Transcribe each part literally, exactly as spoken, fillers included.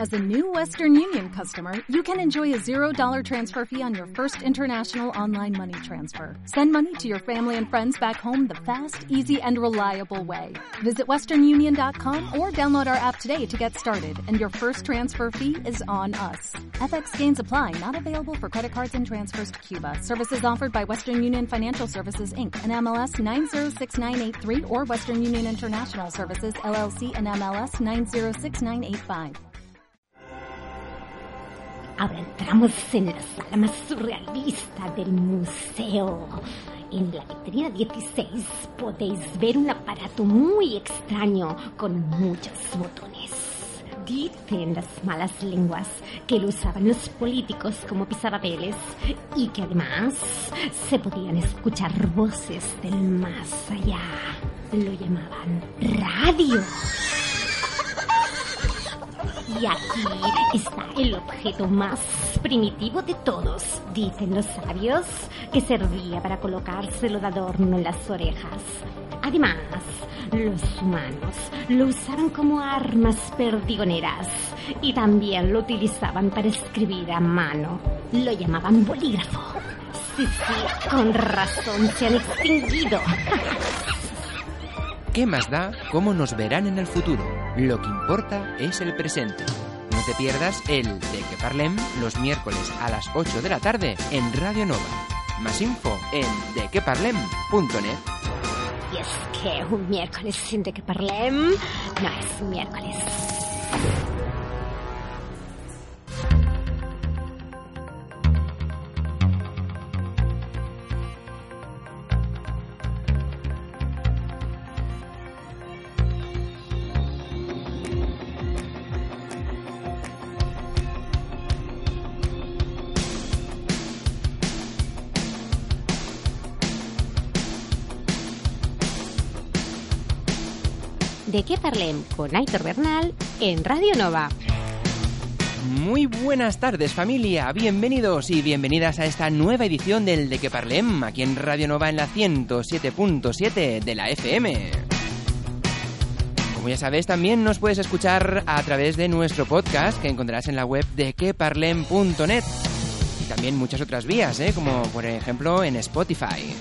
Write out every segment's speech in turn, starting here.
As a new Western Union customer, you can enjoy a zero dollar transfer fee on your first international online money transfer. Send money to your family and friends back home the fast, easy, and reliable way. Visit western union dot com or download our app today to get started, and your first transfer fee is on us. F X gains apply, not available for credit cards and transfers to Cuba. Services offered by Western Union Financial Services, Incorporated, and M L S nine zero six nine eight three or Western Union International Services, L L C, and M L S nine zero six nine eight five. Ahora entramos en la sala más surrealista del museo. En la vitrina dieciséis podéis ver un aparato muy extraño con muchos botones. Dicen las malas lenguas que lo usaban los políticos como pisapapeles y que además se podían escuchar voces del más allá. Lo llamaban radio. Y aquí está el objeto más primitivo de todos, dicen los sabios, que servía para colocárselo de adorno en las orejas. Además, los humanos lo usaban como armas perdigoneras y también lo utilizaban para escribir a mano. Lo llamaban bolígrafo. Sí, sí, con razón se han extinguido. ¿Qué más da cómo nos verán en el futuro? Lo que importa es el presente. No te pierdas el De Que Parlem los miércoles a las ocho de la tarde en Radio Nova. Más info en de que parlem punto net. Y es que un miércoles sin De Que Parlem no es un miércoles. De Que Parlem con Aitor Bernal en Radio Nova. Muy buenas tardes, familia. Bienvenidos y bienvenidas a esta nueva edición del De Que Parlem aquí en Radio Nova en la ciento siete punto siete de la F M. Como ya sabes, también nos puedes escuchar a través de nuestro podcast que encontrarás en la web de que parlem punto net y también muchas otras vías, ¿eh? Como por ejemplo en Spotify.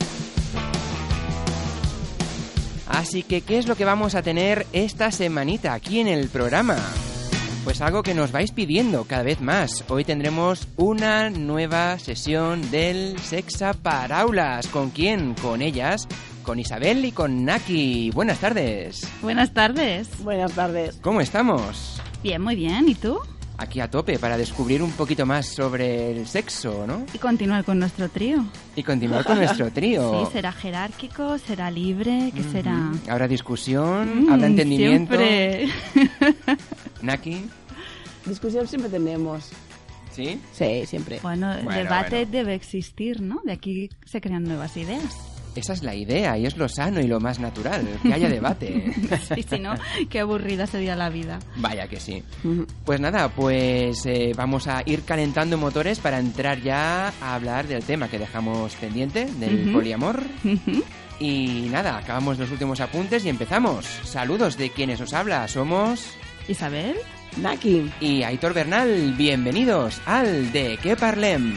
Así que, ¿qué es lo que vamos a tener esta semanita aquí en el programa? Pues algo que nos vais pidiendo cada vez más. Hoy tendremos una nueva sesión del Sexaparaulas. ¿Con quién? Con ellas, con Isabel y con Naki. Buenas tardes. Buenas tardes. Buenas tardes. ¿Cómo estamos? Bien, muy bien. ¿Y tú? Aquí a tope para descubrir un poquito más sobre el sexo, ¿no? Y continuar con nuestro trío. Y continuar con nuestro trío. Sí, será jerárquico, será libre, ¿qué mm-hmm. será? Habrá discusión, mm, habrá entendimiento. Siempre. Naki. Discusión siempre tenemos. ¿Sí? Sí, siempre. Bueno, el bueno, debate bueno. debe existir, ¿no? De aquí se crean nuevas ideas. Esa es la idea y es lo sano y lo más natural, que haya debate. Sí, si no, qué aburrida sería la vida. Vaya que sí. Pues nada, pues eh, vamos a ir calentando motores para entrar ya a hablar del tema que dejamos pendiente, del uh-huh. poliamor. Uh-huh. Y nada, acabamos los últimos apuntes y empezamos. Saludos de quienes os habla, somos... Isabel, Naki y Aitor Bernal. Bienvenidos al De Que Parlem.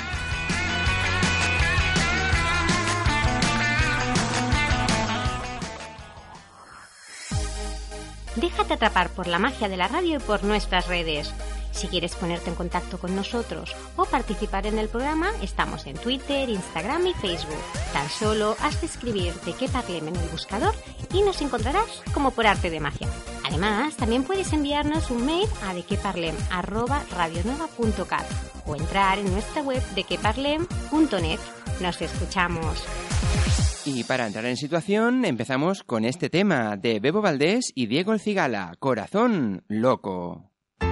Déjate atrapar por la magia de la radio y por nuestras redes. Si quieres ponerte en contacto con nosotros o participar en el programa, estamos en Twitter, Instagram y Facebook. Tan solo has de escribir De Que Parlem en el buscador y nos encontrarás como por arte de magia. Además, también puedes enviarnos un mail a dequeparlem arroba radionova punto cat o entrar en nuestra web de que parlem punto net. Nos escuchamos. Y para entrar en situación, empezamos con este tema de Bebo Valdés y Diego El Cigala, Corazón Loco.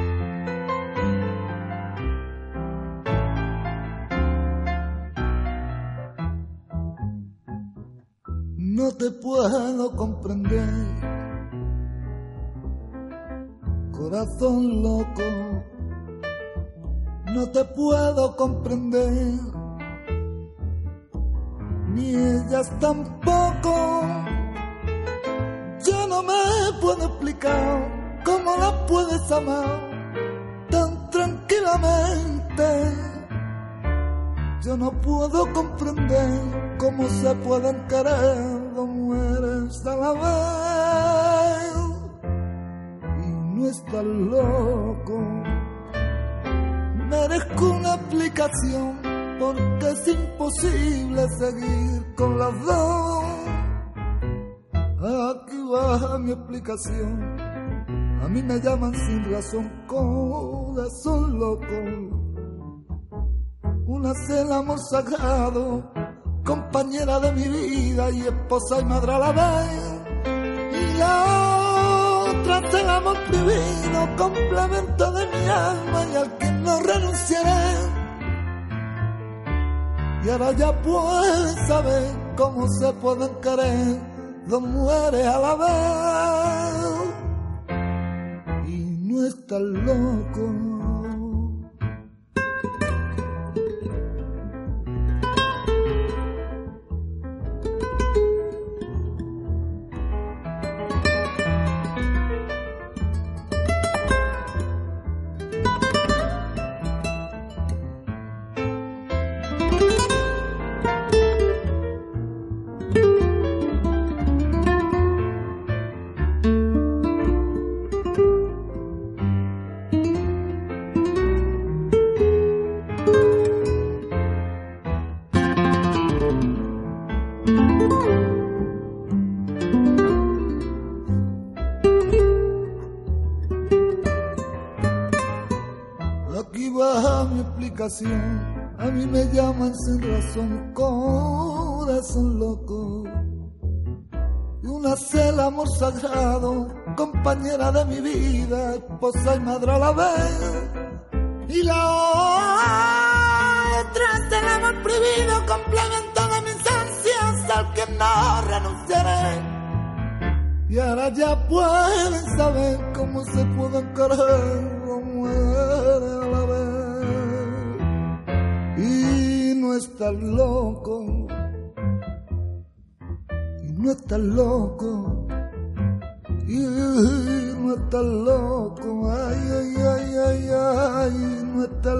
No te puedo comprender, corazón loco, no te puedo comprender. Ni ellas tampoco. Yo no me puedo explicar cómo la puedes amar tranquilamente. Yo no puedo comprender cómo se pueden querer dos mujeres a la vez. Y no estás loco. Merezco una explicación porque es imposible seguir con las dos. Aquí va mi explicación. A mí me llaman sin razón corazón loco. Una es el amor sagrado, compañera de mi vida y esposa y madre a la vez. Y la otra es el amor prohibido, complemento de mi alma y al que no renunciaré. Y ahora ya puedes saber cómo se pueden querer dos mujeres a la vez. Y no estás loco. A mí me llaman sin razón corazón loco. Y una es el amor sagrado, compañera de mi vida, esposa y madre a la vez. Y la otra es el amor prohibido, complemento de mis ansias al que no renunciaré. Y ahora ya pueden saber cómo se pueden querer dos mujeres a la vez. Y no estás loco, y no estás loco, y no estás loco, ay, ay, ay, ay, ay, no estás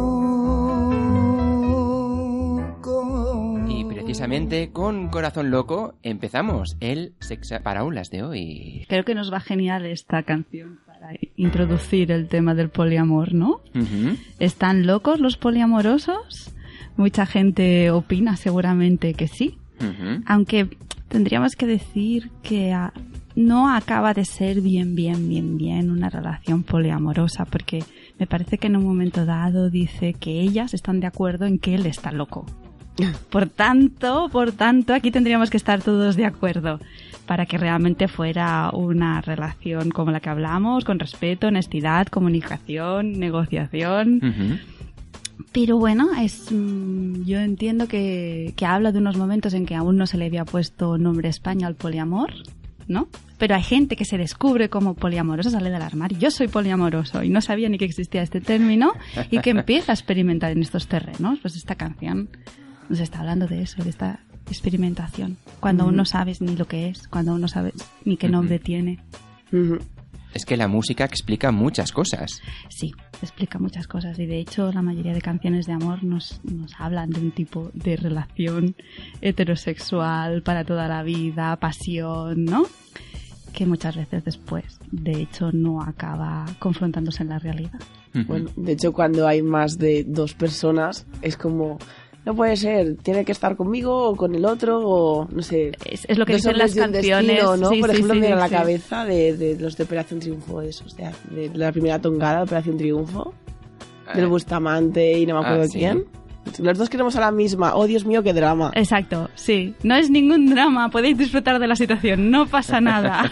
loco. Y precisamente con Corazón Loco empezamos el Sexaparaula de hoy. Creo que nos va genial esta canción para introducir el tema del poliamor, ¿no? Uh-huh. ¿Están locos los poliamorosos? Mucha gente opina seguramente que sí. Uh-huh. Aunque tendríamos que decir que a, no acaba de ser bien, bien, bien, bien una relación poliamorosa, porque me parece que en un momento dado dice que ellas están de acuerdo en que él está loco. Por tanto, por tanto, aquí tendríamos que estar todos de acuerdo para que realmente fuera una relación como la que hablamos, con respeto, honestidad, comunicación, negociación. Uh-huh. Pero bueno, es yo entiendo que, que habla de unos momentos en que aún no se le había puesto nombre España al poliamor, ¿no? Pero hay gente que se descubre como poliamorosa, sale del armario. Yo soy poliamoroso y no sabía ni que existía este término y que empieza a experimentar en estos terrenos. Pues esta canción nos está hablando de eso, de esta experimentación. Cuando uh-huh. aún no sabes ni lo que es, cuando aún no sabes ni qué nombre uh-huh. tiene. Uh-huh. Es que la música explica muchas cosas. Sí, explica muchas cosas. Y de hecho la mayoría de canciones de amor nos, nos hablan de un tipo de relación heterosexual para toda la vida, pasión, ¿no? Que muchas veces después, de hecho, no acaba confrontándose en la realidad. Uh-huh. Bueno, de hecho, cuando hay más de dos personas, es como... No puede ser, tiene que estar conmigo o con el otro o no sé. Es, es lo que dicen las canciones, destino, ¿no? Sí, Por sí, ejemplo, sí, me viene a sí. la cabeza de, de los de Operación Triunfo, de esos, de, de la primera tongada de Operación Triunfo, eh. del Bustamante y no me acuerdo ah, ¿sí? quién. Los dos queremos a la misma. Oh, Dios mío, qué drama. Exacto, sí. No es ningún drama, podéis disfrutar de la situación, no pasa nada.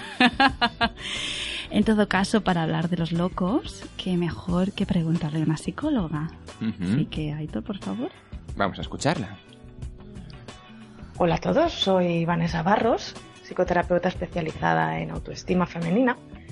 En todo caso, para hablar de los locos, qué mejor que preguntarle a una psicóloga. Uh-huh. Así que, Aitor, por favor. Vamos a escucharla. Hola a todos, soy Vanessa Barros, psicoterapeuta especializada en autoestima femenina.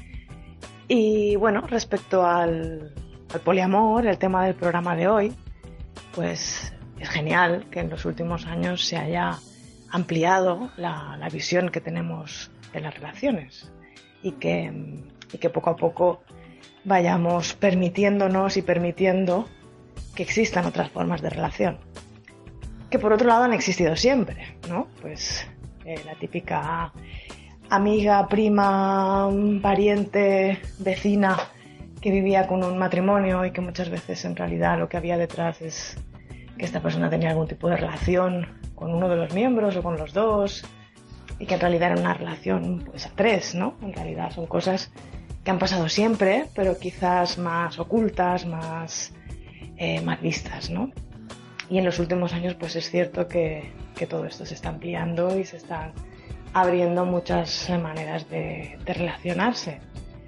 Y bueno, respecto al, al poliamor, el tema del programa de hoy, pues es genial que en los últimos años se haya ampliado la, la visión que tenemos de las relaciones y que, y que poco a poco vayamos permitiéndonos y permitiendo que existan otras formas de relación. Que por otro lado han existido siempre, ¿no? Pues eh, la típica amiga, prima, pariente, vecina que vivía con un matrimonio y que muchas veces en realidad lo que había detrás es que esta persona tenía algún tipo de relación con uno de los miembros o con los dos y que en realidad era una relación pues a tres, ¿no? En realidad son cosas que han pasado siempre, pero quizás más ocultas, más, eh, más vistas, ¿no? Y en los últimos años pues es cierto que, que todo esto se está ampliando y se están abriendo muchas maneras de, de relacionarse.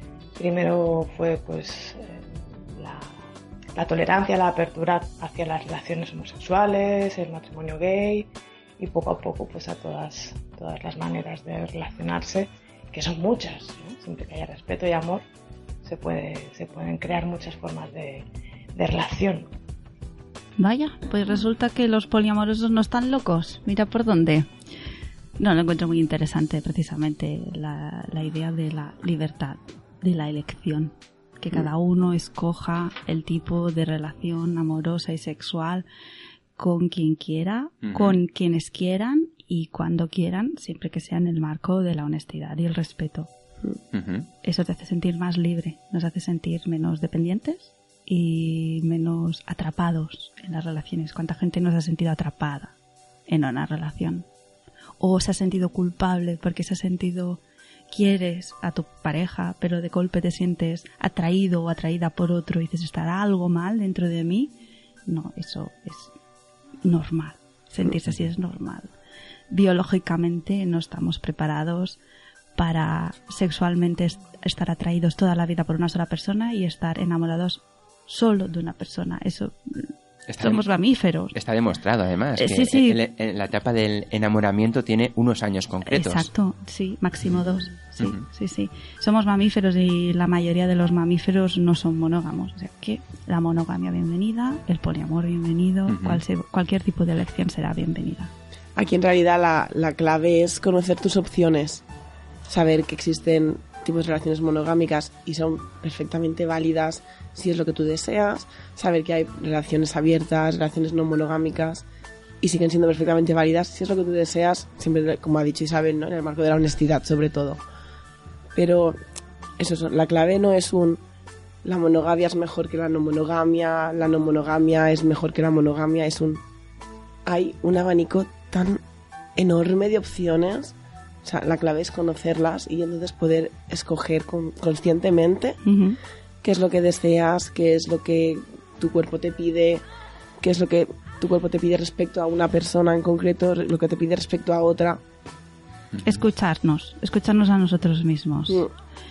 Primero fue pues la, la tolerancia, la apertura hacia las relaciones homosexuales, el matrimonio gay y poco a poco pues a todas, todas las maneras de relacionarse, que son muchas, ¿no? Siempre que haya respeto y amor se, puede, se pueden crear muchas formas de, de relación. Vaya, pues resulta que los poliamorosos no están locos. Mira por dónde. No, lo encuentro muy interesante precisamente la, la idea de la libertad, de la elección. Que cada uno escoja el tipo de relación amorosa y sexual con quien quiera, uh-huh. con quienes quieran y cuando quieran, siempre que sea en el marco de la honestidad y el respeto. Uh-huh. Eso te hace sentir más libre, nos hace sentir menos dependientes y menos atrapados en las relaciones. ¿Cuánta gente no se ha sentido atrapada en una relación? O se ha sentido culpable porque se ha sentido... Quieres a tu pareja, pero de golpe te sientes atraído o atraída por otro y dices, ¿estará algo mal dentro de mí? No, eso es normal. Sentirse así es normal. Biológicamente no estamos preparados para sexualmente est- estar atraídos toda la vida por una sola persona y estar enamorados solo de una persona. Eso... Está, somos mamíferos. Está demostrado, además, eh, que sí, sí. En, en la etapa del enamoramiento tiene unos años concretos. Exacto, sí, máximo dos. Sí, uh-huh. sí, sí. Somos mamíferos y la mayoría de los mamíferos no son monógamos. O sea que la monogamia bienvenida, el poliamor bienvenido, uh-huh. cual se, cualquier tipo de elección será bienvenida. Aquí en realidad la, la clave es conocer tus opciones, saber que existen tipos de relaciones monogámicas y son perfectamente válidas si es lo que tú deseas, saber que hay relaciones abiertas, relaciones no monogámicas y siguen siendo perfectamente válidas si es lo que tú deseas, siempre como ha dicho Isabel, ¿no? En el marco de la honestidad sobre todo. Pero eso, la clave no es un la monogamia es mejor que la no monogamia, la no monogamia es mejor que la monogamia, es un hay un abanico tan enorme de opciones. O sea, la clave es conocerlas y entonces poder escoger con, conscientemente uh-huh. qué es lo que deseas, qué es lo que tu cuerpo te pide, qué es lo que tu cuerpo te pide respecto a una persona en concreto, lo que te pide respecto a otra. Escucharnos, escucharnos a nosotros mismos. Uh-huh.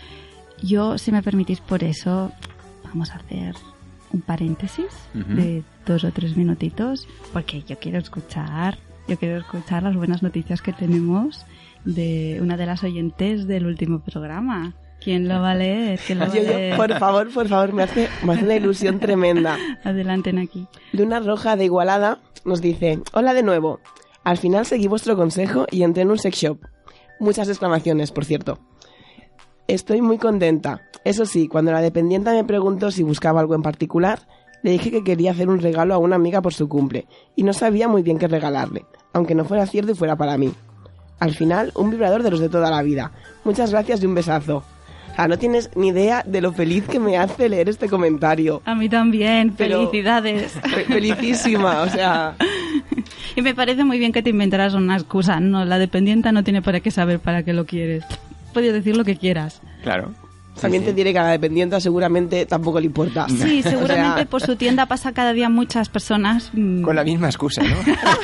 Yo, si me permitís, por eso vamos a hacer un paréntesis uh-huh. de dos o tres minutitos, porque yo quiero escuchar, yo quiero escuchar las buenas noticias que tenemos de una de las oyentes del último programa. ¿Quién lo va a leer? ¿Quién lo va a leer? Yo, por favor, por favor, me hace, me hace una ilusión tremenda. Adelante, Naki. Luna Roja de Igualada nos dice: hola de nuevo. Al final seguí vuestro consejo y entré en un sex shop. Muchas exclamaciones, por cierto. Estoy muy contenta. Eso sí, cuando la dependienta me preguntó si buscaba algo en particular, le dije que quería hacer un regalo a una amiga por su cumple y no sabía muy bien qué regalarle, aunque no fuera cierto y fuera para mí. Al final, un vibrador de los de toda la vida. Muchas gracias y un besazo. O sea, no tienes ni idea de lo feliz que me hace leer este comentario. A mí también, pero felicidades. Fe- felicísima, o sea... Y me parece muy bien que te inventaras una excusa. No, la dependienta no tiene por qué saber para qué lo quieres. Puedes decir lo que quieras. Claro. Sí, También sí. te diré que a la dependienta seguramente tampoco le importa. Sí, seguramente o sea... por su tienda pasa cada día muchas personas... Con la misma excusa, ¿no?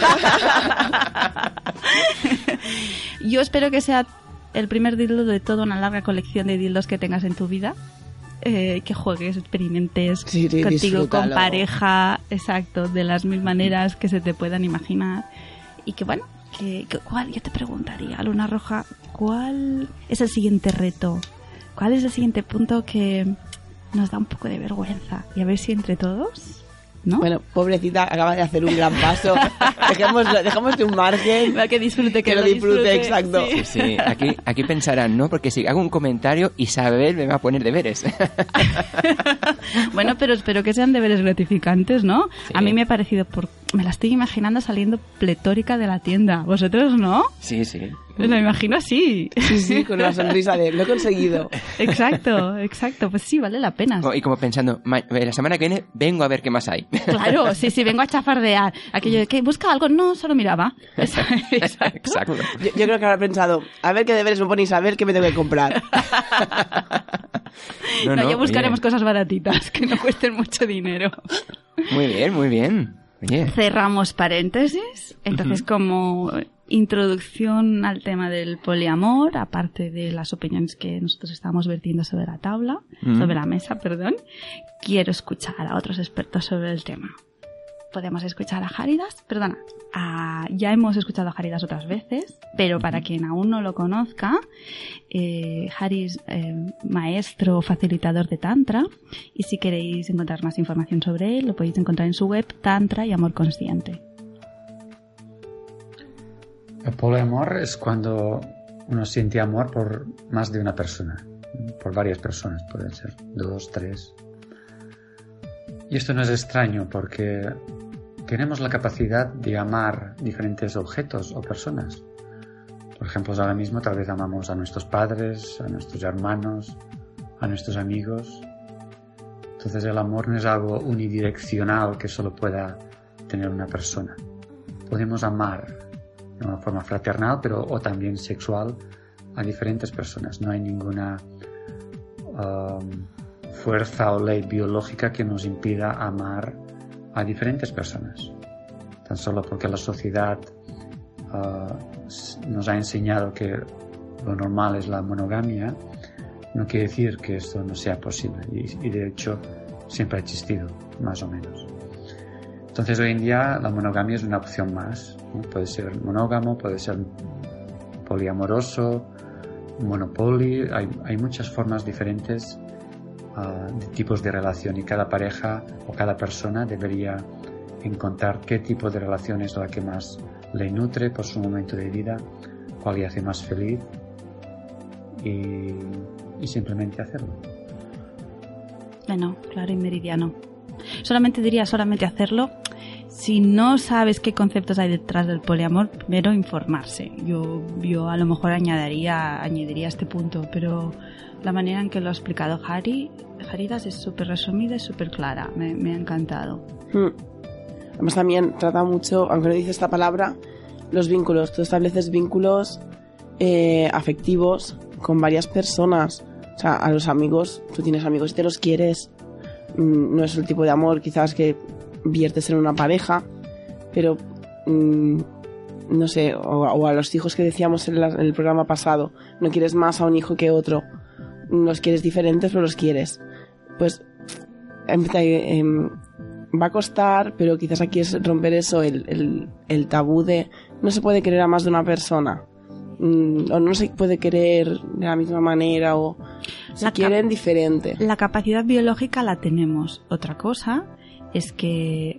Yo espero que sea el primer dildo de toda una larga colección de dildos que tengas en tu vida. Eh, que juegues, experimentes sí, sí, contigo, disfrútalo. Con pareja, exacto, de las mil maneras que se te puedan imaginar. Y que bueno, que, que ¿cuál? Yo te preguntaría, Luna Roja, ¿cuál es el siguiente reto? ¿Cuál es el siguiente punto que nos da un poco de vergüenza? Y a ver si entre todos ¿no? Bueno, pobrecita, acaba de hacer un gran paso. Dejémoslo, dejémosle un margen. Que disfrute, que, que lo disfrute, disfrute, exacto. Sí, sí. Aquí, aquí pensarán, ¿no? Porque si hago un comentario, Isabel me va a poner deberes. Bueno, pero espero que sean deberes gratificantes, ¿no? Sí. A mí me ha parecido, por... me la estoy imaginando saliendo pletórica de la tienda. ¿Vosotros no? Sí, sí. Me lo imagino así. Sí, sí, con una sonrisa de lo he conseguido. Exacto, exacto. Pues sí, vale la pena. Y como pensando, la semana que viene vengo a ver qué más hay. Claro, sí, sí, vengo a chafardear. Aquello de que busca algo, no, solo miraba. Exacto. Exacto. Yo, yo creo que habrá pensado, a ver qué deberes me pone Isabel, qué me tengo que comprar. No, no, ya buscaremos oye. cosas baratitas que no cuesten mucho dinero. Muy bien, muy bien. Oye. Cerramos paréntesis. Entonces, uh-huh. como introducción al tema del poliamor, aparte de las opiniones que nosotros estamos vertiendo sobre la tabla, uh-huh. sobre la mesa, perdón, quiero escuchar a otros expertos sobre el tema. Podemos escuchar a Járidas, perdona, a, ya hemos escuchado a Járidas otras veces, pero para quien aún no lo conozca, eh, Haris, eh, maestro facilitador de Tantra, y si queréis encontrar más información sobre él, lo podéis encontrar en su web Tantra y Amor Consciente. El poliamor es cuando uno siente amor por más de una persona, por varias personas, pueden ser dos, tres. Y esto no es extraño porque tenemos la capacidad de amar diferentes objetos o personas. Por ejemplo, ahora mismo tal vez amamos a nuestros padres, a nuestros hermanos, a nuestros amigos. Entonces el amor no es algo unidireccional que solo pueda tener una persona. Podemos amar de una forma fraternal, pero o también sexual a diferentes personas. No hay ninguna um, fuerza o ley biológica que nos impida amar a diferentes personas. Tan solo porque la sociedad uh, nos ha enseñado que lo normal es la monogamia, no quiere decir que esto no sea posible. Y, y de hecho siempre ha existido, más o menos. Entonces hoy en día la monogamia es una opción más, ¿no? Puede ser monógamo, puede ser poliamoroso, monopoli, hay, hay muchas formas diferentes uh, de tipos de relación y cada pareja o cada persona debería encontrar qué tipo de relación es la que más le nutre por su momento de vida, cuál le hace más feliz y, y simplemente hacerlo. Bueno, claro y meridiano. Solamente diría solamente hacerlo. Si no sabes qué conceptos hay detrás del poliamor, primero informarse. Yo, yo a lo mejor añadiría, añadiría este punto, pero la manera en que lo ha explicado Hari, Járidas es súper resumida y súper clara. Me, me ha encantado. Hmm. Además también trata mucho, aunque no dice esta palabra, los vínculos. Tú estableces vínculos eh, afectivos con varias personas. O sea, a los amigos, tú tienes amigos y te los quieres. No es el tipo de amor quizás que viertes en una pareja, pero mmm, no sé, o, o a los hijos que decíamos en, la, en el programa pasado, no quieres más a un hijo que otro, los quieres diferentes pero los quieres, pues eh, eh, va a costar, pero quizás aquí es romper eso, el, el, el tabú de no se puede querer a más de una persona, mm, o no se puede querer de la misma manera, o se la quieren cap- diferente. La capacidad biológica la tenemos. Otra cosa es que,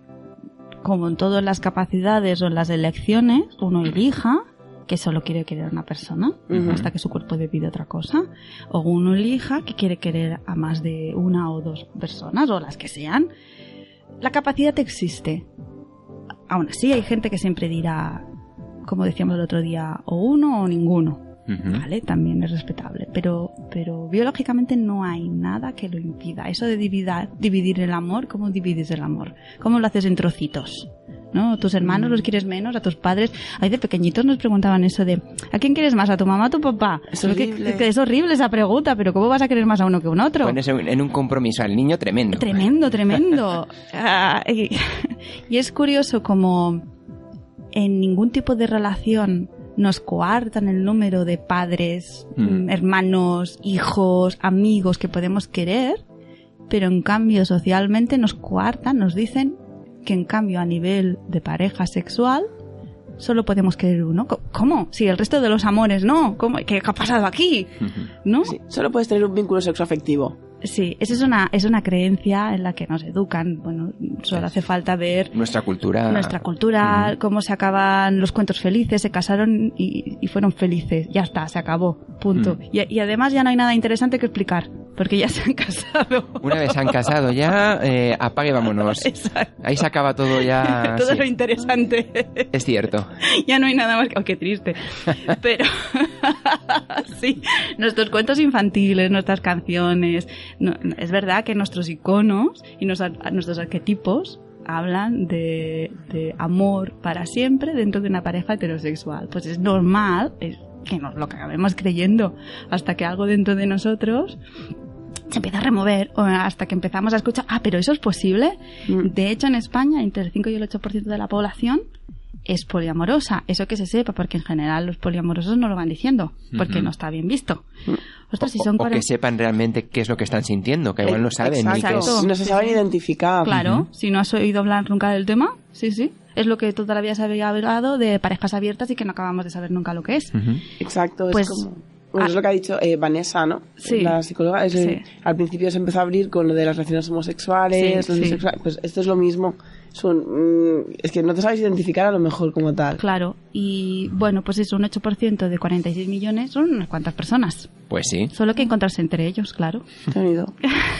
como en todas las capacidades o en las elecciones, uno elija que solo quiere querer a una persona, uh-huh. hasta que su cuerpo decide otra cosa, o uno elija que quiere querer a más de una o dos personas, o las que sean. La capacidad existe. Aún así, hay gente que siempre dirá, como decíamos el otro día, o uno o ninguno. Uh-huh. Vale, también es respetable, pero pero biológicamente no hay nada que lo impida. Eso de dividir, dividir el amor, ¿cómo divides el amor? ¿Cómo lo haces en trocitos? ¿No? Tus hermanos mm. los quieres menos, a tus padres. Ahí de pequeñitos nos preguntaban eso de ¿a quién quieres más? ¿A tu mamá o a tu papá? Es horrible. Que, que es horrible esa pregunta, pero ¿cómo vas a querer más a uno que a un otro? Pones en un compromiso al niño tremendo. Tremendo, tremendo. ah, y, y es curioso como en ningún tipo de relación nos coartan el número de padres, mm. hermanos, hijos, amigos que podemos querer, pero en cambio socialmente nos coartan, nos dicen que en cambio a nivel de pareja sexual solo podemos querer uno. ¿Cómo? Si el resto de los amores no. ¿Cómo? ¿Qué ha pasado aquí? ¿No? Sí, solo puedes tener un vínculo sexoafectivo. Sí, esa es una, es una creencia en la que nos educan. Bueno, solo hace falta ver nuestra cultura, nuestra cultura, uh-huh. cómo se acaban los cuentos felices, se casaron y, y fueron felices. Ya está, se acabó, punto. Uh-huh. Y, y además ya no hay nada interesante que explicar, porque ya se han casado. Una vez se han casado ya, eh, apague y vámonos. Exacto. Ahí se acaba todo ya. Todo sí. lo interesante. Es cierto. Ya no hay nada más que... Oh, qué triste. Pero sí, nuestros cuentos infantiles, nuestras canciones... No, es verdad que nuestros iconos y nos, nuestros arquetipos hablan de, de amor para siempre dentro de una pareja heterosexual. Pues es normal es que nos lo acabemos creyendo hasta que algo dentro de nosotros se empieza a remover o hasta que empezamos a escuchar, ah, pero eso es posible. Mm. De hecho, en España, entre el cinco y el ocho por ciento de la población es poliamorosa. Eso que se sepa, porque en general los poliamorosos no lo van diciendo, porque uh-huh. no está bien visto. Ostras, si son o, cuarenta... o que sepan realmente qué es lo que están sintiendo, que igual no saben. Exacto. Ni qué es... No se saben identificar. Claro, uh-huh. si no has oído hablar nunca del tema, sí, sí. Es lo que toda la vida se había hablado de parejas abiertas y que no acabamos de saber nunca lo que es. Uh-huh. Exacto, pues, es como... Bueno, ah, es lo que ha dicho eh, Vanessa, ¿no? Sí. La psicóloga. Es, sí. Al principio se empezó a abrir con lo de las relaciones homosexuales, sí, los sí. bisexuales. Pues esto es lo mismo. Son, mm, es que no te sabes identificar a lo mejor como tal. Claro. Y bueno, pues eso, un ocho por ciento de cuarenta y seis millones son unas cuantas personas. Pues sí. Solo que encontrarse entre ellos, claro. Qué bonito.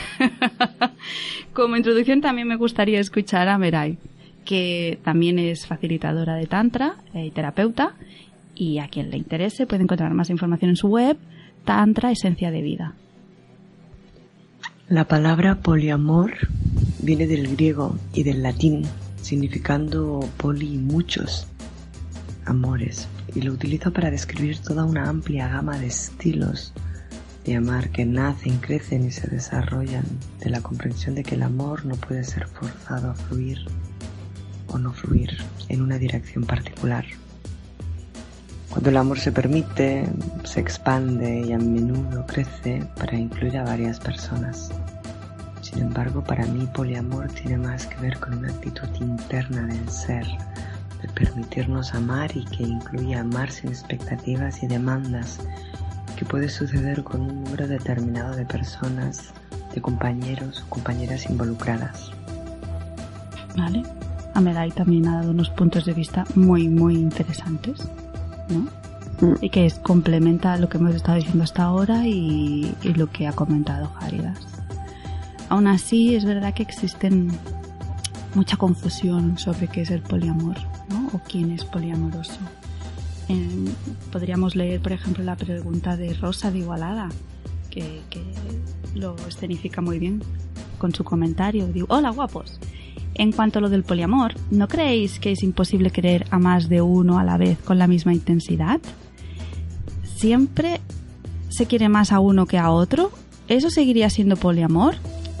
Como introducción también me gustaría escuchar a Merai, que también es facilitadora de Tantra y terapeuta. Y a quien le interese puede encontrar más información en su web, Tantra Esencia de Vida. La palabra poliamor viene del griego y del latín, significando poli, muchos amores, y lo utilizo para describir toda una amplia gama de estilos de amar que nacen, crecen y se desarrollan de la comprensión de que el amor no puede ser forzado a fluir o no fluir en una dirección particular. Cuando el amor se permite, se expande y a menudo crece para incluir a varias personas. Sin embargo, para mí poliamor tiene más que ver con una actitud interna del ser, de permitirnos amar y que incluye amar sin expectativas y demandas, que puede suceder con un número determinado de personas, de compañeros o compañeras involucradas. Vale. Amelai también ha dado unos puntos de vista muy, muy interesantes, ¿no? Mm. Y que es, complementa lo que hemos estado diciendo hasta ahora y, y lo que ha comentado Járidas. Aún así, es verdad que existen mucha confusión sobre qué es el poliamor, ¿no? O quién es poliamoroso. Eh, podríamos leer, por ejemplo, la pregunta de Rosa de Igualada, que, que lo escenifica muy bien con su comentario. Digo, hola guapos. En cuanto a lo del poliamor, ¿no creéis que es imposible querer a más de uno a la vez con la misma intensidad? ¿Siempre se quiere más a uno que a otro? ¿Eso seguiría siendo poliamor?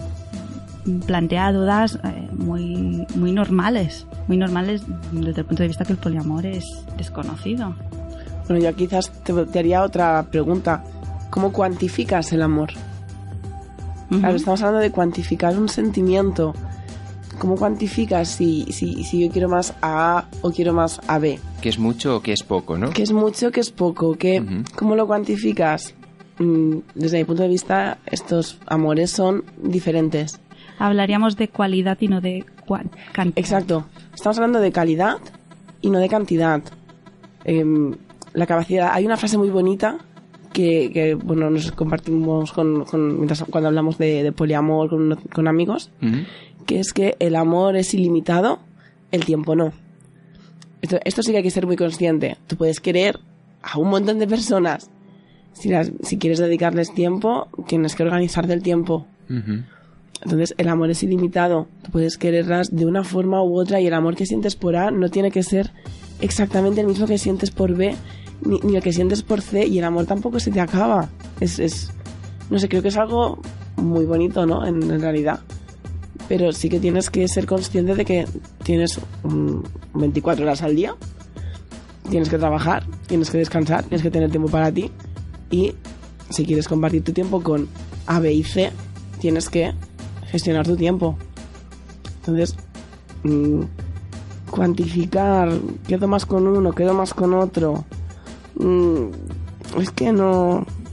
Plantea dudas eh, muy, muy normales, muy normales desde el punto de vista que el poliamor es desconocido. Bueno, yo quizás te, te haría otra pregunta. ¿Cómo cuantificas el amor? Uh-huh. Claro, estamos hablando de cuantificar un sentimiento. ¿Cómo cuantificas si, si, si yo quiero más a A o quiero más a B? ¿Qué es mucho o qué es poco, no? ¿Qué es mucho, qué es poco? ¿Qué, uh-huh. ¿Cómo lo cuantificas? Mm, desde mi punto de vista, estos amores son diferentes. Hablaríamos de cualidad y no de cuan- cantidad. Exacto. Estamos hablando de calidad y no de cantidad. Eh, la capacidad... Hay una frase muy bonita que, que bueno, nos compartimos con, con, mientras, cuando hablamos de, de poliamor con, con amigos, uh-huh. que es que el amor es ilimitado, el tiempo no. Esto, esto sí que hay que ser muy consciente. Tú puedes querer a un montón de personas. Si, las, si quieres dedicarles tiempo, tienes que organizarte el tiempo. Uh-huh. Entonces, el amor es ilimitado. Tú puedes quererlas de una forma u otra y el amor que sientes por A no tiene que ser exactamente el mismo que sientes por B ni, ni el que sientes por C, y el amor tampoco se te acaba. Es, es no sé, creo que es algo muy bonito, ¿no? En, en realidad. Pero sí que tienes que ser consciente de que tienes um, veinticuatro horas al día, tienes que trabajar, tienes que descansar, tienes que tener tiempo para ti, y si quieres compartir tu tiempo con A, B y C, tienes que gestionar tu tiempo. Entonces, mmm, cuantificar, quedo más con uno, quedo más con otro, mmm, es que no,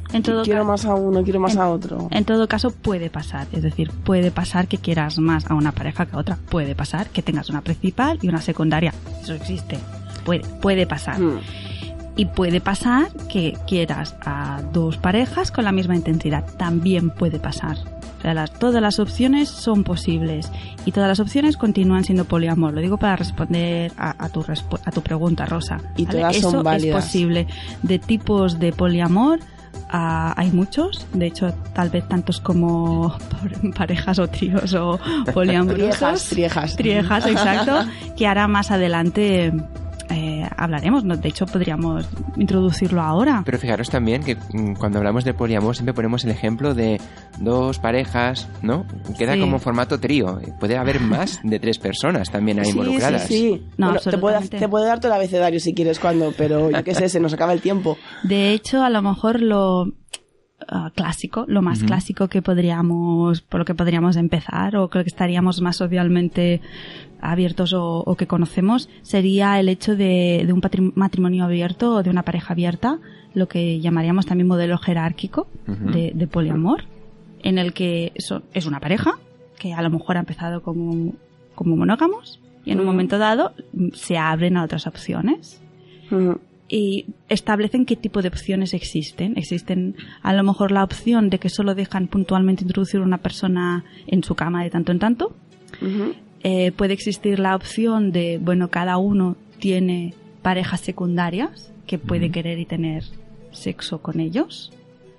En todo quiero ca- más a uno, quiero más en, a otro. En todo caso puede pasar, es decir, puede pasar que quieras más a una pareja que a otra, puede pasar que tengas una principal y una secundaria, eso existe, puede, puede pasar. Hmm. Y puede pasar que quieras a dos parejas con la misma intensidad, también puede pasar. O sea, las, todas las opciones son posibles y todas las opciones continúan siendo poliamor. Lo digo para responder a, a, tu, respu- a tu pregunta, Rosa. Y ¿vale? todas Eso son válidas. es posible. De tipos de poliamor ah, hay muchos, de hecho tal vez tantos como parejas o tríos o poliamorosos. Triejas, triejas. Triejas, exacto, que ahora más adelante... Eh, hablaremos, ¿no? De hecho podríamos introducirlo ahora. Pero fijaros también que mm, cuando hablamos de poliamor siempre ponemos el ejemplo de dos parejas, ¿no? Queda Sí. como formato trío. Puede haber más de tres personas también ahí Sí, involucradas. sí, sí. No, Bueno, te, puede, absolutamente. te puede dar todo el abecedario si quieres cuando, pero yo qué sé, se nos acaba el tiempo. De hecho, a lo mejor lo uh, clásico, lo más Ujú. clásico que podríamos, por lo que podríamos empezar, o creo que estaríamos más socialmente abiertos o, o que conocemos, sería el hecho de, de un patri- matrimonio abierto o de una pareja abierta, lo que llamaríamos también modelo jerárquico Ujú. de, de poliamor, en el que son- es una pareja que a lo mejor ha empezado como, como monógamos y en un Ujú. momento dado mm, se abren a otras opciones. Ujú. Y establecen qué tipo de opciones existen. Existen a lo mejor la opción de que solo dejan puntualmente introducir una persona en su cama de tanto en tanto. Ujú. Eh, puede existir la opción de, bueno, cada uno tiene parejas secundarias que puede Ujú. querer y tener sexo con ellos.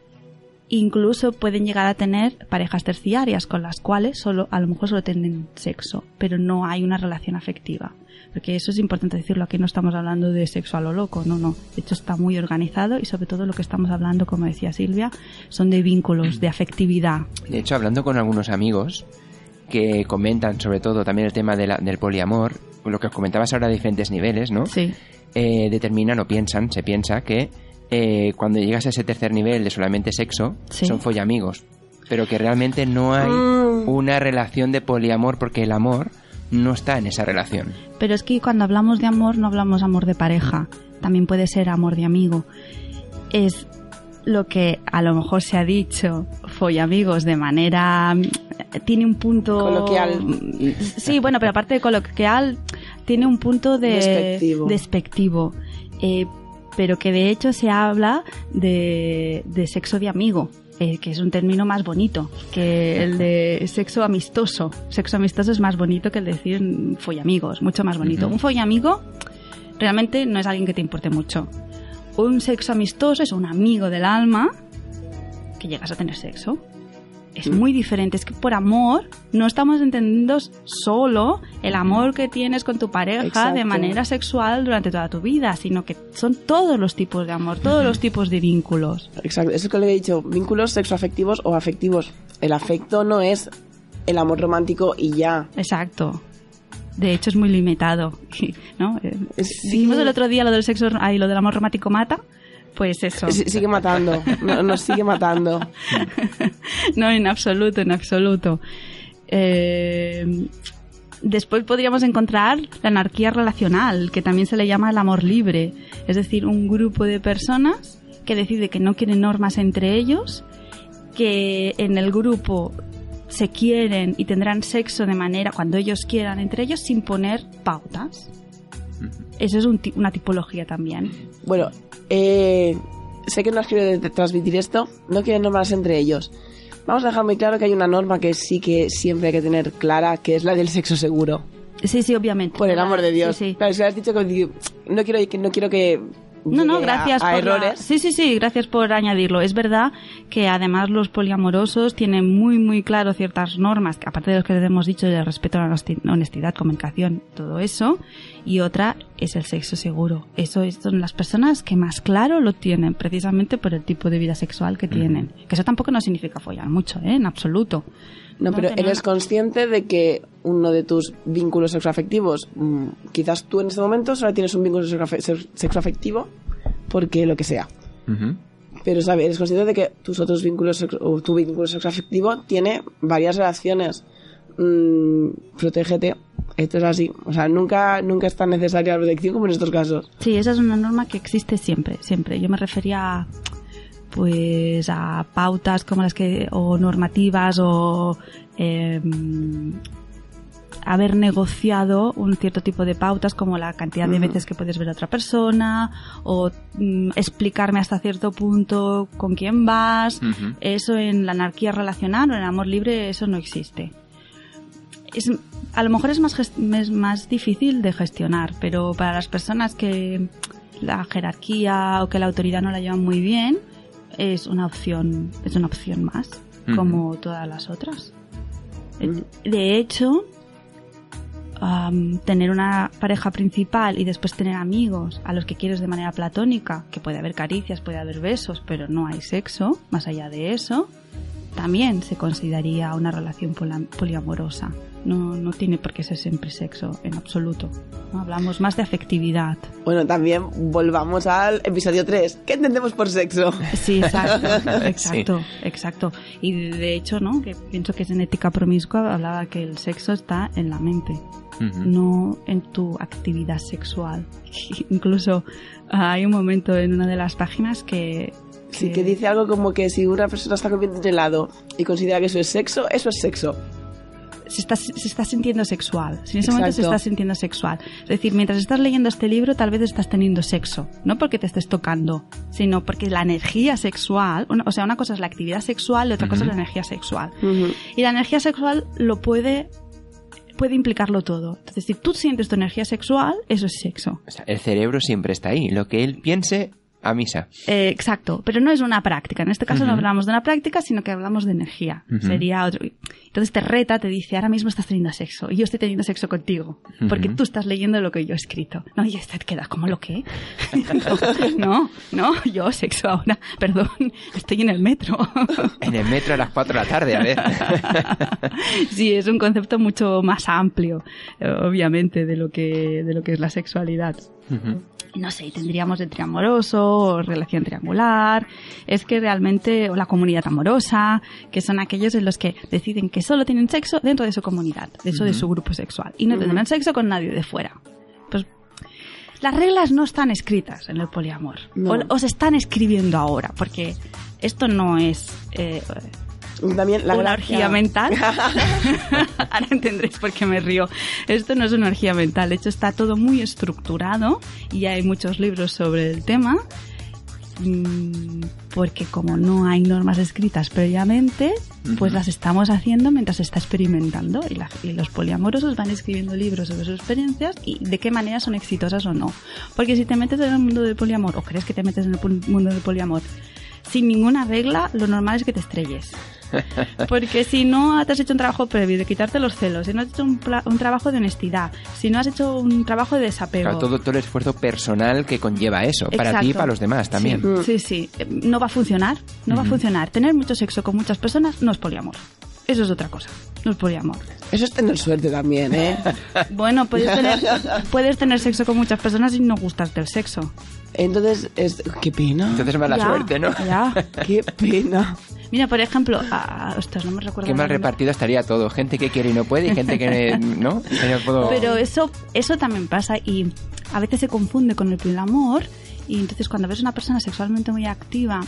Incluso pueden llegar a tener parejas terciarias con las cuales solo, a lo mejor solo tienen sexo, pero no hay una relación afectiva. Porque eso es importante decirlo, aquí no estamos hablando de sexo a lo loco, no, no. De hecho está muy organizado y sobre todo lo que estamos hablando, como decía Silvia, son de vínculos, de afectividad. De hecho, hablando con algunos amigos que comentan sobre todo también el tema de la- del poliamor, lo que os comentabas ahora de diferentes niveles, ¿no? Sí. Eh, determinan o piensan, se piensa que eh, cuando llegas a ese tercer nivel de solamente sexo, Sí. son follamigos, pero que realmente no hay Mm. una relación de poliamor porque el amor no está en esa relación. Pero es que cuando hablamos de amor no hablamos amor de pareja, también puede ser amor de amigo. Es lo que a lo mejor se ha dicho follamigos de manera... tiene un punto... Coloquial. Sí, bueno, pero aparte de coloquial, tiene un punto de... Despectivo. despectivo. Eh, pero que de hecho se habla de, de sexo de amigo. Eh, que es un término más bonito que el de sexo amistoso. Sexo amistoso es más bonito que el de decir mm, follamigos, mucho más bonito. Ujú. Un follamigo realmente no es alguien que te importe mucho. Un sexo amistoso es un amigo del alma que llegas a tener sexo. Es Mm. muy diferente. Es que por amor no estamos entendiendo solo el amor que tienes con tu pareja Exacto. de manera sexual durante toda tu vida, sino que son todos los tipos de amor, todos los tipos de vínculos. Exacto, eso es lo que le he dicho, vínculos sexoafectivos o afectivos. El afecto no es el amor romántico y ya. Exacto. De hecho es muy limitado, ¿no? Eh, Sí. Dijimos el otro día lo del sexo, ahí lo del amor romántico mata, pues eso. S- Sigue matando, no- nos sigue matando. No, en absoluto, en absoluto. Eh, después podríamos encontrar la anarquía relacional, que también se le llama el amor libre. Es decir, un grupo de personas que decide que no quieren normas entre ellos, que en el grupo se quieren y tendrán sexo de manera cuando ellos quieran entre ellos sin poner pautas. Eso es un ti- una tipología también. Bueno, eh, sé que no has querido de- transmitir esto, no quieren normas entre ellos. Vamos a dejar muy claro que hay una norma que sí que siempre hay que tener clara, que es la del sexo seguro. Sí, sí, obviamente. Por el amor de Dios. Sí, sí. Claro, es que has dicho que digo, no quiero que no quiero que No, no, llegue gracias a, a por la- errores. Sí, sí, sí, gracias por añadirlo. Es verdad que además los poliamorosos tienen muy, muy claro ciertas normas, que aparte de lo que les hemos dicho, del respeto a la hosti- honestidad, comunicación, todo eso, y otra es el sexo seguro. Eso es- son las personas que más claro lo tienen, precisamente por el tipo de vida sexual que tienen. Que eso tampoco no significa follar mucho, ¿eh? En absoluto. No, pero tener- eres consciente de que uno de tus vínculos sexoafectivos, mm, quizás tú en este momento solo tienes un vínculo sexoafe- sex- sexoafectivo porque lo que sea. Ujú. Pero ¿sabes? Eres consciente de que tus otros vínculos sexo- o tu vínculo sexoafectivo tiene varias relaciones. Mm, protégete. Esto es así. O sea, nunca, nunca es tan necesaria la protección como en estos casos. Sí, esa es una norma que existe siempre, siempre. Yo me refería a pues a pautas como las que, o normativas, o eh, haber negociado un cierto tipo de pautas, como la cantidad de veces que puedes ver a otra persona, o mm, explicarme hasta cierto punto con quién vas. Uh-huh. Eso en la anarquía relacional o en el amor libre, eso no existe. Es, a lo mejor es más, gest- es más difícil de gestionar, pero para las personas que la jerarquía o que la autoridad no la llevan muy bien, es una opción, es una opción más, uh-huh. como todas las otras. Uh-huh. De hecho, Um, tener una pareja principal y después tener amigos a los que quieres de manera platónica, que puede haber caricias, puede haber besos, pero no hay sexo, más allá de eso, también se consideraría una relación poli- poliamorosa. No, no tiene por qué ser siempre sexo, en absoluto. ¿No? Hablamos más de afectividad. Bueno, también volvamos al episodio tres. ¿Qué entendemos por sexo? Sí, exacto, exacto, sí. exacto. Y de hecho, ¿no? Que pienso que es en Ética Promiscua, hablaba que el sexo está en la mente, uh-huh. no en tu actividad sexual. Incluso hay un momento en una de las páginas que... Sí, que... que dice algo como que si una persona está comiendo un helado y considera que eso es sexo, eso es sexo. Se está, se está sintiendo sexual. Si en ese Exacto. momento se está sintiendo sexual. Es decir, mientras estás leyendo este libro, tal vez estás teniendo sexo. No porque te estés tocando, sino porque la energía sexual, o sea, una cosa es la actividad sexual y otra uh-huh. cosa es la energía sexual. Uh-huh. Y la energía sexual lo puede... puede implicarlo todo. Entonces, si tú sientes tu energía sexual, eso es sexo. O sea, el cerebro siempre está ahí. Lo que él piense, a misa. Eh, exacto, pero no es una práctica. En este caso uh-huh. no hablamos de una práctica, sino que hablamos de energía. Uh-huh. Sería otro. Entonces te reta, te dice, ahora mismo estás teniendo sexo y yo estoy teniendo sexo contigo, uh-huh. porque tú estás leyendo lo que yo he escrito. No, y este te queda como lo que. no, no, no, yo sexo ahora. Perdón, estoy en el metro. En el metro a las cuatro de la tarde, a ver. Sí, es un concepto mucho más amplio, obviamente, de lo que, de lo que es la sexualidad. Uh-huh. No sé, tendríamos el triamoroso o relación triangular, es que realmente, o la comunidad amorosa, que son aquellos en los que deciden que solo tienen sexo dentro de su comunidad, dentro uh-huh. de su grupo sexual, y no uh-huh. tendrán sexo con nadie de fuera. Pues las reglas no están escritas en el poliamor, no. o, o se están escribiendo ahora, porque esto no es... Eh, También la una gracia. orgía mental. Ahora entendréis por qué me río. Esto no es una orgía mental. De hecho, está todo muy estructurado y hay muchos libros sobre el tema. Porque como no hay normas escritas previamente, uh-huh. pues las estamos haciendo mientras se está experimentando. Y, la, y los poliamorosos van escribiendo libros sobre sus experiencias y de qué manera son exitosas o no. Porque si te metes en el mundo del poliamor, o crees que te metes en el mundo del poliamor, sin ninguna regla, lo normal es que te estrelles. Porque si no te has hecho un trabajo previo de quitarte los celos, si no has hecho un, pla- un trabajo de honestidad, si no has hecho un trabajo de desapego... Claro, todo, todo el esfuerzo personal que conlleva eso, Exacto. para ti y para los demás también. Sí, sí, sí. No va a funcionar, no uh-huh. va a funcionar. Tener mucho sexo con muchas personas no es poliamor. Eso es otra cosa, no es poliamor. Eso es tener suerte también, ¿eh? Bueno, puedes tener, puedes tener sexo con muchas personas y no gustarte el sexo. Entonces, es... qué pena. Entonces mala ya, suerte, ¿no? Ya. Qué pena. Mira, por ejemplo, ah, ostras, no me recuerdo. Qué mal repartido estaría todo. Gente que quiere y no puede y gente que no. Que no puedo... Pero eso, eso también pasa y a veces se confunde con el poliamor y entonces cuando ves una persona sexualmente muy activa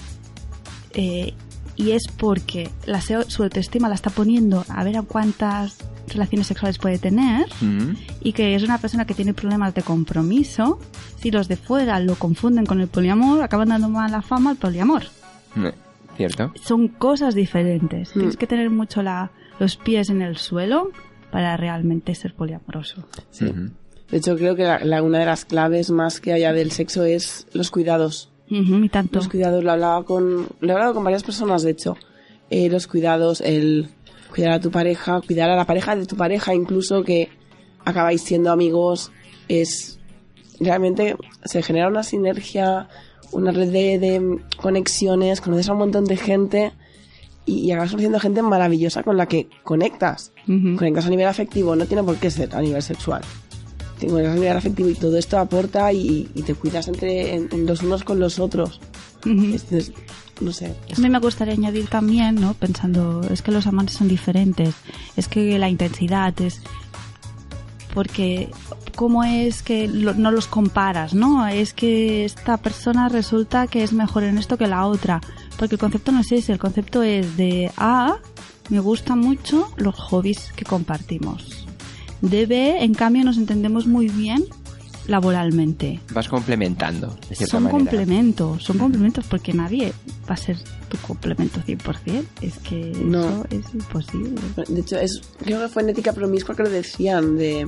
eh, y es porque la, su autoestima la está poniendo a ver a cuántas relaciones sexuales puede tener uh-huh. y que es una persona que tiene problemas de compromiso, si los de fuera lo confunden con el poliamor, acaban dando mala fama al poliamor. Uh-huh. ¿Cierto? Son cosas diferentes. Mm. Tienes que tener mucho la, los pies en el suelo para realmente ser poliamoroso. Sí. Uh-huh. De hecho, creo que la, la, una de las claves más que haya del sexo es los cuidados. Uh-huh, y tanto. Los cuidados, lo hablaba con, lo he hablado con varias personas, de hecho. Eh, los cuidados, el cuidar a tu pareja, cuidar a la pareja de tu pareja, incluso que acabáis siendo amigos, es realmente se genera una sinergia, una red de, de conexiones, conoces a un montón de gente y, y acabas conociendo gente maravillosa con la que conectas. Uh-huh. Conectas a nivel afectivo, no tiene por qué ser a nivel sexual. Te conectas a nivel afectivo y todo esto aporta y, y te cuidas entre en, en los unos con los otros. Uh-huh. Es, es, no sé. A mí me gustaría añadir también, ¿no? Pensando, es que los amantes son diferentes, es que la intensidad es... porque cómo es que lo, no los comparas, ¿no? Es que esta persona resulta que es mejor en esto que la otra, porque el concepto no es ese, el concepto es de A, me gustan mucho los hobbies que compartimos. De B, en cambio, nos entendemos muy bien laboralmente. Vas complementando, de cierta son manera. complementos, son complementos, porque nadie va a ser tu complemento cien por ciento. Es que No. eso es imposible. De hecho, es, creo que fue en Ética Promiscua que lo decían de...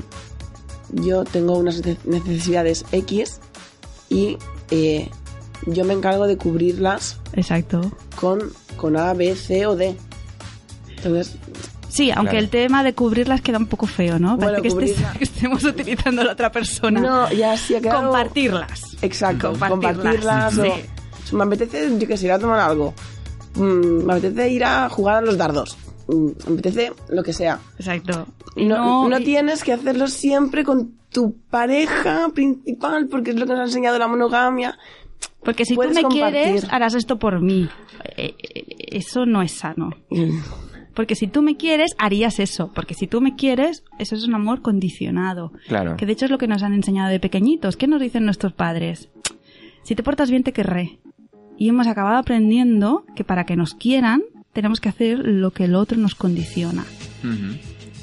Yo tengo unas necesidades X y eh, yo me encargo de cubrirlas. Exacto. Con, con A, B, C o D. Entonces... Sí, aunque Claro. el tema de cubrirlas queda un poco feo, ¿no? Parece Bueno, que, estés- cubrirla- que estemos utilizando a la otra persona. No, ya sí ha quedado... Compartirlas. Exacto, Compartirlas, compartirlas. sí. O, me apetece, yo qué sé, ir a tomar algo. Mm, me apetece ir a jugar a los dardos. Mm, me apetece lo que sea. Exacto. No, No, no y- tienes que hacerlo siempre con tu pareja principal, porque es lo que nos ha enseñado la monogamia. Porque si tú Puedes me compartir. quieres, harás esto por mí. Eh, eh, Eso no es sano. Porque si tú me quieres, harías eso. Porque si tú me quieres, eso es un amor condicionado. Claro. Que de hecho es lo que nos han enseñado de pequeñitos. ¿Qué nos dicen nuestros padres? Si te portas bien, te querré. Y hemos acabado aprendiendo que para que nos quieran, tenemos que hacer lo que el otro nos condiciona. Ujú.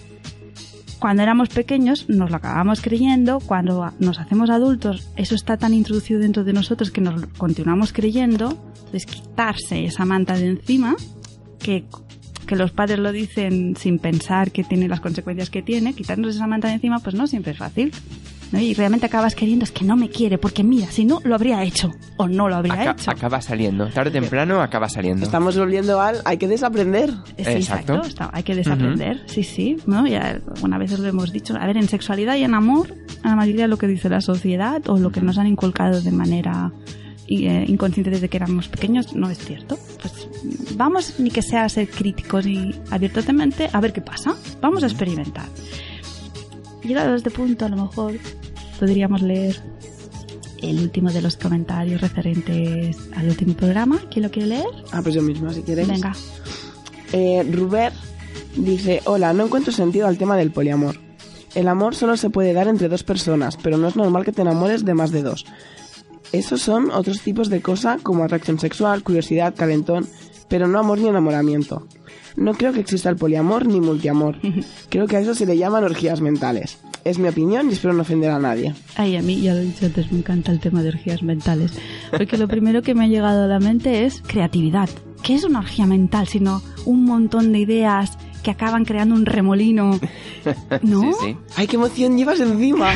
Cuando éramos pequeños nos lo acabamos creyendo, cuando nos hacemos adultos eso está tan introducido dentro de nosotros que nos lo continuamos creyendo. Entonces quitarse esa manta de encima, que, que los padres lo dicen sin pensar que tiene las consecuencias que tiene, quitarnos esa manta de encima pues no siempre es fácil, ¿no? Y realmente acabas queriendo, es que no me quiere, porque mira, si no lo habría hecho o no lo habría Aca- hecho. acaba saliendo, tarde o temprano acaba saliendo. Estamos volviendo al... Hay que desaprender. Sí, Exacto. exacto. Está- hay que desaprender, sí, sí, ¿no? Ya algunas veces lo hemos dicho. A ver, en sexualidad y en amor, la mayoría de lo que dice la sociedad o lo que nos han inculcado de manera eh, inconsciente desde que éramos pequeños no es cierto. Pues vamos, ni que sea a ser críticos y abiertamente, a ver qué pasa. Vamos a experimentar. Llegado a este punto, a lo mejor podríamos leer el último de los comentarios referentes al último programa. ¿Quién lo quiere leer? Ah, pues yo misma, si queréis. Venga. Eh, Ruber dice, hola, no encuentro sentido al tema del poliamor. El amor solo se puede dar entre dos personas, pero no es normal que te enamores de más de dos. Esos son otros tipos de cosas como atracción sexual, curiosidad, calentón, pero no amor ni enamoramiento. No creo que exista el poliamor ni multiamor. Creo que a eso se le llaman orgías mentales. Es mi opinión y espero no ofender a nadie. Ay, a mí, ya lo he dicho antes, me encanta el tema de orgías mentales. Porque lo primero que me ha llegado a la mente es creatividad. ¿Qué es una orgía mental? Sino un montón de ideas que acaban creando un remolino. ¿No? Sí, sí. ¡Ay, qué emoción llevas encima!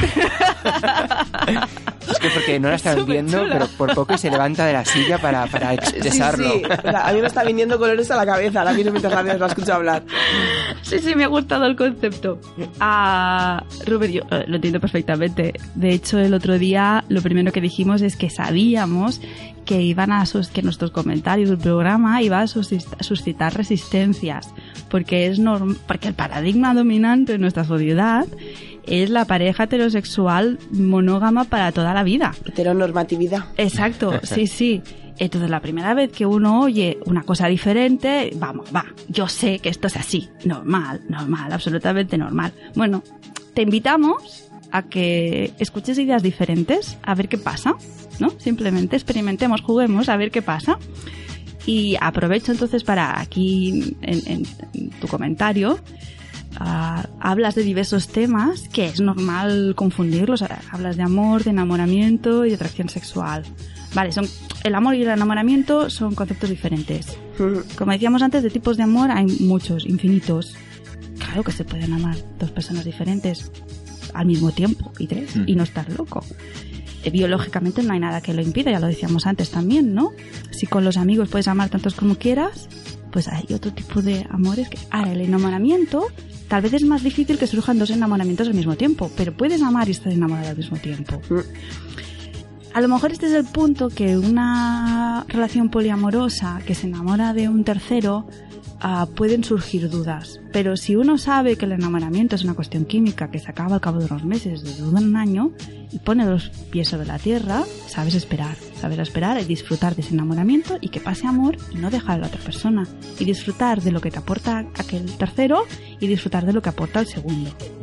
Es que porque no la estás viendo, pero por poco y se levanta de la silla para, para expresarlo. Sí, sí. O sea, a mí me está viniendo colores a la cabeza ahora mismo mientras la, la escucho hablar. Sí, sí, me ha gustado el concepto. Ah, Rubén, yo eh, lo entiendo perfectamente. De hecho, el otro día lo primero que dijimos es que sabíamos que iban a sus, que nuestros comentarios del programa iba a suscit- suscitar resistencias, porque es norm- porque el paradigma dominante en nuestra sociedad es la pareja heterosexual monógama para toda la vida. Heteronormatividad. Exacto, sí, sí. Entonces, la primera vez que uno oye una cosa diferente, vamos, va, yo sé que esto es así, normal, normal, absolutamente normal. Bueno, te invitamos a que escuches ideas diferentes, a ver qué pasa, ¿no? Simplemente experimentemos, juguemos, a ver qué pasa. Y aprovecho entonces para aquí, en, en, en tu comentario, Uh, hablas de diversos temas que es normal confundirlos. Hablas de amor, de enamoramiento y de atracción sexual. Vale, son el amor y el enamoramiento son conceptos diferentes. Como decíamos antes, de tipos de amor hay muchos, infinitos. Claro que se pueden amar dos personas diferentes al mismo tiempo, y tres, mm. y no estar loco. Eh, biológicamente no hay nada que lo impida, ya lo decíamos antes también, ¿no? Si con los amigos puedes amar tantos como quieras, pues hay otro tipo de amores que... Ahora, el enamoramiento... Tal vez es más difícil que surjan dos enamoramientos al mismo tiempo, pero puedes amar y estar enamorado al mismo tiempo. A lo mejor este es el punto que una relación poliamorosa que se enamora de un tercero uh, pueden surgir dudas. Pero si uno sabe que el enamoramiento es una cuestión química que se acaba al cabo de unos meses, de un año, y pone los pies sobre la tierra, sabes esperar. Sabes esperar y disfrutar de ese enamoramiento y que pase amor y no dejar a la otra persona. Y disfrutar de lo que te aporta aquel tercero y disfrutar de lo que aporta el segundo.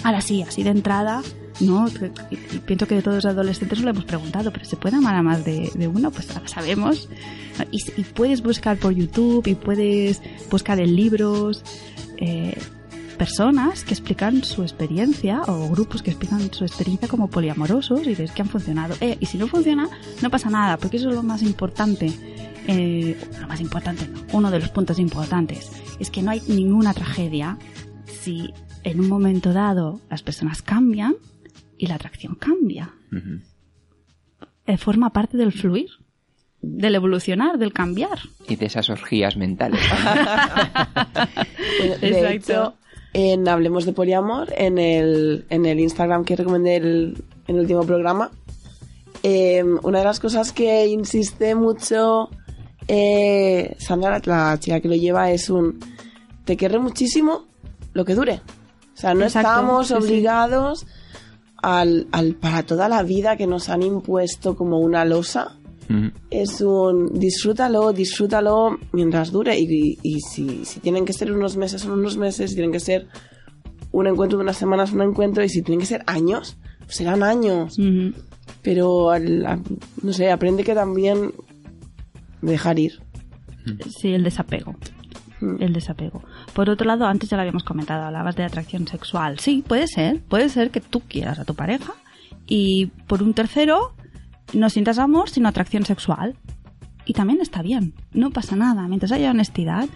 Ahora sí, así de entrada, ¿no? Y, y pienso que de todos los adolescentes lo hemos preguntado, pero ¿se puede amar a más de, de uno? Pues ahora sabemos. Y, y puedes buscar por YouTube y puedes buscar en libros eh, personas que explican su experiencia o grupos que explican su experiencia como poliamorosos y ves que han funcionado. Eh, y si no funciona, no pasa nada, porque eso es lo más importante. Eh, lo más importante no, uno de los puntos importantes es que no hay ninguna tragedia si en un momento dado las personas cambian y la atracción cambia. Uh-huh. Eh, forma parte del fluir, del evolucionar, del cambiar. Y de esas orgías mentales. Bueno, de Exacto. hecho, en Hablemos de Poliamor, en el, en el Instagram que recomendé el, en el último programa, eh, una de las cosas que insiste mucho eh, Sandra, la chica que lo lleva, es un te querré muchísimo lo que dure. O sea, no Exacto, estamos sí, obligados sí. Al, al para toda la vida que nos han impuesto como una losa. Mm. Es un disfrútalo, disfrútalo mientras dure. Y, y, y si, si tienen que ser unos meses, son unos meses. Si tienen que ser un encuentro de unas semanas, un encuentro. Y si tienen que ser años, pues serán años. Mm-hmm. Pero, al, a, no sé, aprende que también dejar ir. Sí, el desapego. El desapego. Por otro lado, antes ya lo habíamos comentado, hablabas de atracción sexual. Sí, puede ser, puede ser que tú quieras a tu pareja y por un tercero no sientas amor sino atracción sexual. Y también está bien, no pasa nada, mientras haya honestidad.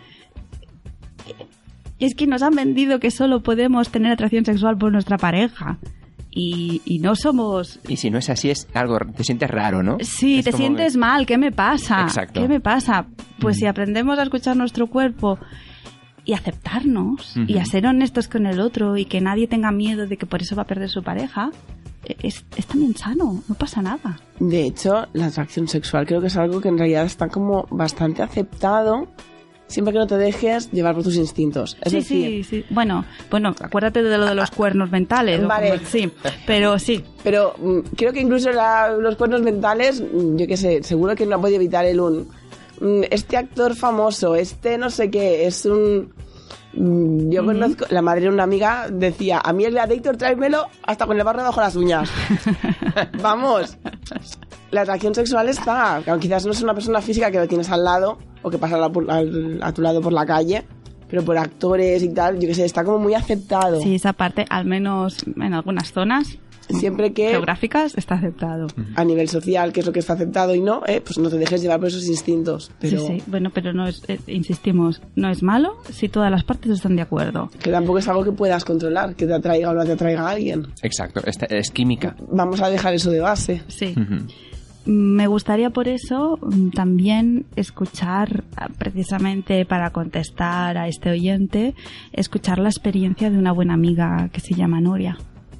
Es que nos han vendido que solo podemos tener atracción sexual por nuestra pareja. Y, y no somos... Y si no es así, es algo, te sientes raro, ¿no? Sí, es te sientes que... mal, ¿qué me pasa? Exacto. ¿Qué me pasa? Pues uh-huh. si aprendemos a escuchar nuestro cuerpo y aceptarnos uh-huh. y a ser honestos con el otro y que nadie tenga miedo de que por eso va a perder su pareja, es, es también sano, no pasa nada. De hecho, la atracción sexual creo que es algo que en realidad está como bastante aceptado, siempre que no te dejes llevar por tus instintos. Es sí, decir, sí, sí. Bueno, bueno, acuérdate de lo de los cuernos mentales. Vale. Como, sí, pero sí. Pero mm, creo que incluso la, los cuernos mentales, yo qué sé, seguro que no ha podido evitar el un... Mm, este actor famoso, este no sé qué, es un... Mm, yo uh-huh. conozco... La madre de una amiga decía, a mí el Gladiator tráemelo hasta con el barro bajo las uñas. Vamos. La atracción sexual está, aunque quizás no es una persona física que lo tienes al lado o que pasa a, a, a tu lado por la calle, pero por actores y tal, yo que sé, está como muy aceptado. Sí, esa parte, al menos en algunas zonas siempre que geográficas, está aceptado. A nivel social, que es lo que está aceptado y no, eh, pues no te dejes llevar por esos instintos. Pero... Sí, sí, bueno, pero no es, eh, insistimos, no es malo si todas las partes están de acuerdo. Que tampoco es algo que puedas controlar, que te atraiga o no te atraiga a alguien. Exacto, es, es química. Vamos a dejar eso de base. Sí. Uh-huh. Me gustaría por eso también escuchar, precisamente para contestar a este oyente, escuchar la experiencia de una buena amiga que se llama Nuria.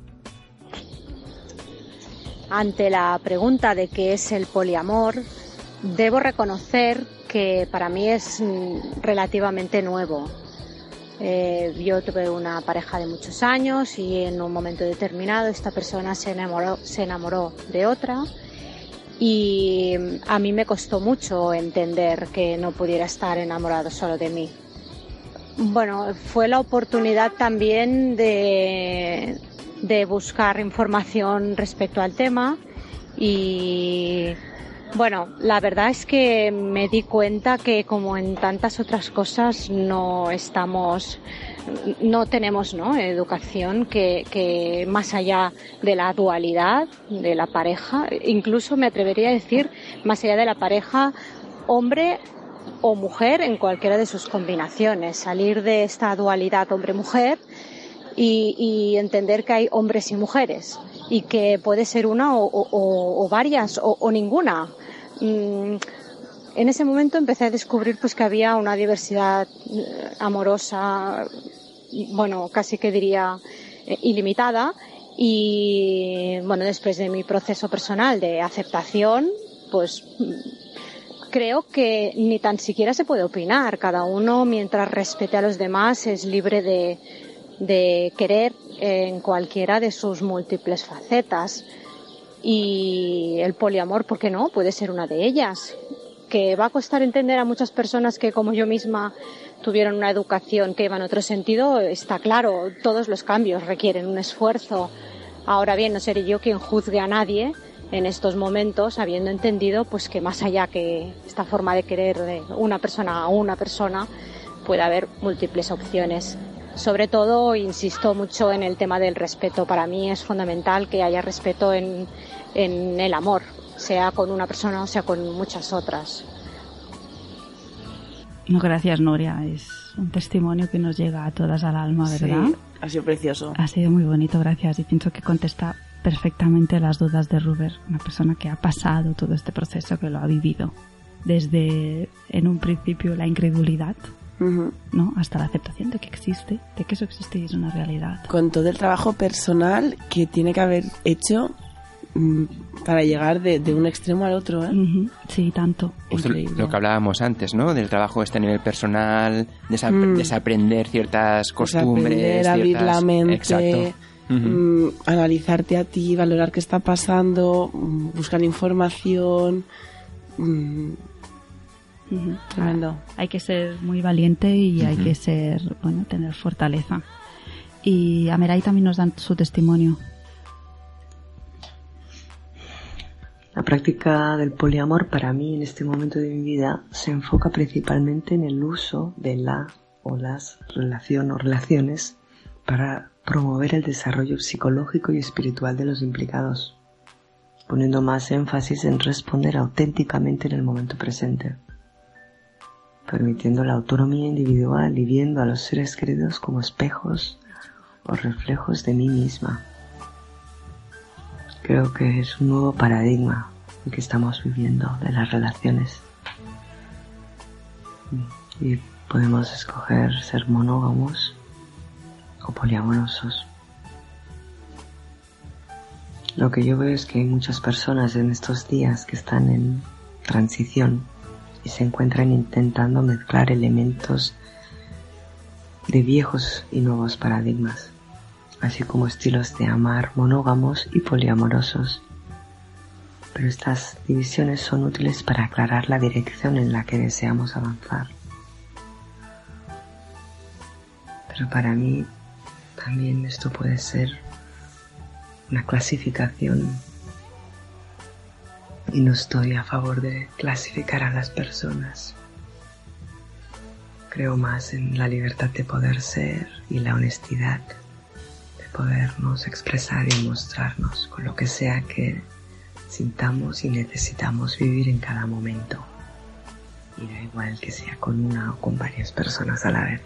Ante la pregunta de qué es el poliamor, debo reconocer que para mí es relativamente nuevo. Eh, yo tuve una pareja de muchos años y en un momento determinado esta persona se enamoró, se enamoró de otra. Y a mí me costó mucho entender que no pudiera estar enamorado solo de mí. Bueno, fue la oportunidad también de, de buscar información respecto al tema y bueno, la verdad es que me di cuenta que como en tantas otras cosas no estamos, no tenemos, ¿no?, educación que, que más allá de la dualidad de la pareja, incluso me atrevería a decir más allá de la pareja hombre o mujer en cualquiera de sus combinaciones, salir de esta dualidad hombre-mujer y, y entender que hay hombres y mujeres y que puede ser una o, o, o varias o, o ninguna. En ese momento empecé a descubrir pues que había una diversidad amorosa, bueno, casi que diría eh, ilimitada, y bueno, después de mi proceso personal de aceptación, pues creo que ni tan siquiera se puede opinar. Cada uno, mientras respete a los demás, es libre de, de querer en cualquiera de sus múltiples facetas. Y el poliamor, ¿por qué no? Puede ser una de ellas. Que va a costar entender a muchas personas que, como yo misma, tuvieron una educación que iba en otro sentido, está claro, todos los cambios requieren un esfuerzo. Ahora bien, no seré yo quien juzgue a nadie en estos momentos, habiendo entendido pues que más allá que esta forma de querer de una persona a una persona, puede haber múltiples opciones. Sobre todo, insisto mucho en el tema del respeto. Para mí es fundamental que haya respeto en, en el amor, sea con una persona o sea con muchas otras. No, gracias, Nuria. Es un testimonio que nos llega a todas al alma, ¿verdad? Sí, ha sido precioso. Ha sido muy bonito, gracias. Y pienso que contesta perfectamente las dudas de Ruber, una persona que ha pasado todo este proceso, que lo ha vivido. Desde, en un principio, la incredulidad, uh-huh. ¿no? Hasta la aceptación de que existe, de que eso existe y es una realidad. Con todo el trabajo personal que tiene que haber hecho para llegar de, de un extremo al otro, ¿eh? Uh-huh. Sí, tanto. Pues lo que hablábamos antes, ¿no? Del trabajo este a nivel personal, desa- mm. desaprender ciertas costumbres, desaprender, abrir ciertas... la mente, exacto. Uh-huh. mm, analizarte a ti, valorar qué está pasando, mm, buscar información. Mm, uh-huh. Tremendo. Hay que ser muy valiente y uh-huh. hay que ser, bueno, tener fortaleza. Y a Meray también nos dan su testimonio. La práctica del poliamor para mí en este momento de mi vida se enfoca principalmente en el uso de la o las relación o relaciones para promover el desarrollo psicológico y espiritual de los implicados, poniendo más énfasis en responder auténticamente en el momento presente, permitiendo la autonomía individual y viendo a los seres queridos como espejos o reflejos de mí misma. Creo que es un nuevo paradigma el que estamos viviendo de las relaciones. Y podemos escoger ser monógamos o poliamorosos. Lo que yo veo es que hay muchas personas en estos días que están en transición y se encuentran intentando mezclar elementos de viejos y nuevos paradigmas, así como estilos de amar monógamos y poliamorosos. Pero estas divisiones son útiles para aclarar la dirección en la que deseamos avanzar. Pero para mí también esto puede ser una clasificación y no estoy a favor de clasificar a las personas. Creo más en la libertad de poder ser y la honestidad podernos expresar y mostrarnos con lo que sea que sintamos y necesitamos vivir en cada momento. Y da igual que sea con una o con varias personas a la vez.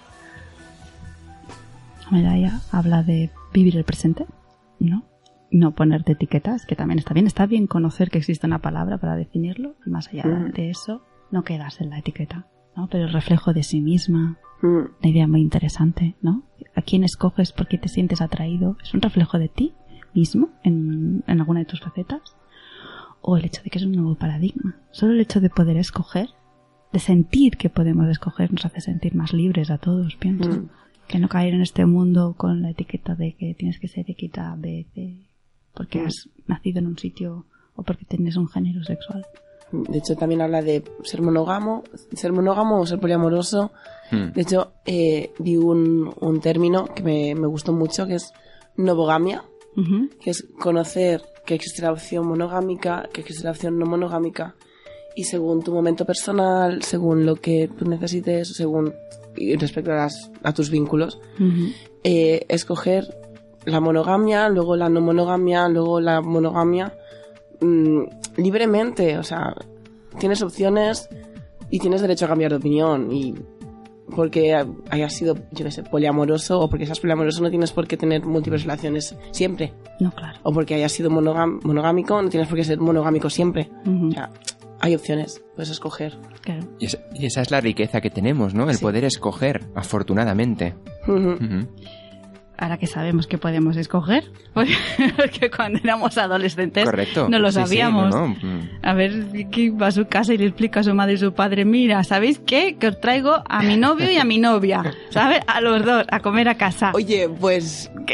Medalla habla de vivir el presente, ¿no? No ponerte etiquetas, que también está bien. Está bien conocer que existe una palabra para definirlo y más allá mm. de eso, no quedarse en la etiqueta, ¿no? Pero el reflejo de sí misma, mm. una idea muy interesante, ¿no? A quién escoges, por qué te sientes atraído, es un reflejo de ti mismo en, en alguna de tus facetas, o el hecho de que es un nuevo paradigma. Solo el hecho de poder escoger, de sentir que podemos escoger, nos hace sentir más libres a todos, pienso. Mm. Que no caer en este mundo con la etiqueta de que tienes que ser X, A, B, C, porque mm. has nacido en un sitio o porque tienes un género sexual. De hecho, también habla de ser monógamo, ser monógamo o ser poliamoroso. Hmm. De hecho, eh, vi un, un término que me, me gustó mucho, que es novogamia, uh-huh. que es conocer que existe la opción monogámica, que existe la opción no monogámica, y según tu momento personal, según lo que tú necesites, según y respecto a, las, a tus vínculos, uh-huh. eh, escoger la monogamia, luego la no monogamia, luego la monogamia, mmm, libremente. O sea, tienes opciones y tienes derecho a cambiar de opinión, y porque hayas sido, yo qué sé, poliamoroso o porque seas poliamoroso no tienes por qué tener múltiples relaciones siempre. No, claro. O porque hayas sido monogam- monogámico no tienes por qué ser monogámico siempre. Uh-huh. O sea, hay opciones, puedes escoger. Claro. Y, esa, y esa es la riqueza que tenemos, ¿no? El sí. poder escoger, afortunadamente. Uh-huh. Uh-huh. Ahora que sabemos que podemos escoger, porque cuando éramos adolescentes Correcto. no lo sí, sabíamos. Sí, no, no. A ver, que va a su casa y le explica a su madre y su padre, mira, ¿sabéis qué? Que os traigo a mi novio y a mi novia, ¿sabes? A los dos, a comer a casa. Oye, pues... ¿Qué?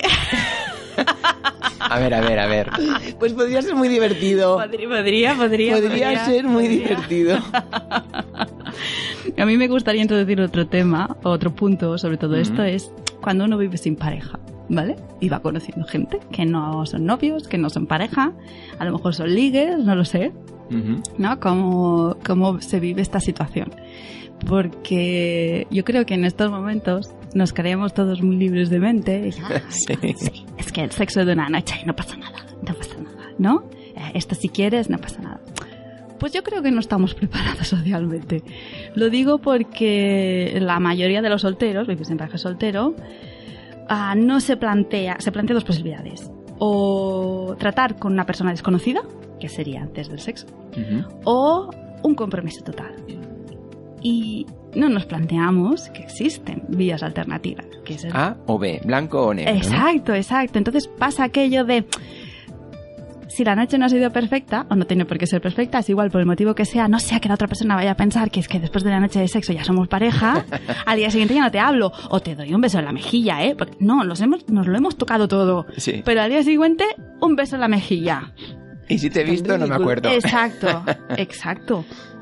A ver, a ver, a ver. Pues podría ser muy divertido. Podría, podría, podría. Podría, podría ser muy podría. divertido. A mí me gustaría introducir otro tema, otro punto sobre todo uh-huh. esto, es cuando uno vive sin pareja, ¿vale? Y va conociendo gente que no son novios, que no son pareja, a lo mejor son ligues, no lo sé, uh-huh. ¿no? ¿Cómo, cómo se vive esta situación? Porque yo creo que en estos momentos nos creemos todos muy libres de mente. Y, ah, sí. Sí, es que el sexo de una noche no pasa nada, no pasa nada, ¿no? Esto si quieres, no pasa nada. Pues yo creo que no estamos preparados socialmente. Lo digo porque la mayoría de los solteros, vives en pareja soltero, uh, no se plantea, se plantea dos posibilidades. O tratar con una persona desconocida, que sería antes del sexo, uh-huh. o un compromiso total. Y no nos planteamos que existen vías alternativas. Que es el... A o B, blanco o negro. Exacto, ¿no? Exacto. Entonces pasa aquello de... Si la noche no ha sido perfecta, o no tiene por qué ser perfecta, es igual por el motivo que sea, no sea que la otra persona vaya a pensar que es que después de la noche de sexo ya somos pareja, al día siguiente ya no te hablo, o te doy un beso en la mejilla, ¿eh? Porque no, nos, hemos, nos lo hemos tocado todo, sí. Pero al día siguiente, un beso en la mejilla. Y si te he visto, no me acuerdo. Exacto, exacto.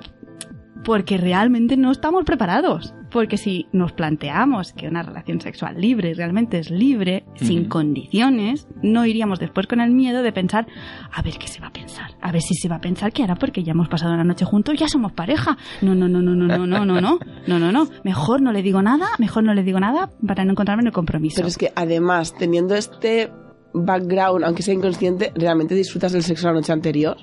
Porque realmente no estamos preparados. Porque si nos planteamos que una relación sexual libre realmente es libre, uh-huh. sin condiciones, no iríamos después con el miedo de pensar, a ver qué se va a pensar, a ver si se va a pensar que ahora porque ya hemos pasado una noche juntos ya somos pareja. No, no, no, no, no, no, no, no, no, no, no, no. Mejor no le digo nada, mejor no le digo nada para no encontrarme en el compromiso. Pero es que además, teniendo este background, aunque sea inconsciente, ¿realmente disfrutas del sexo la noche anterior?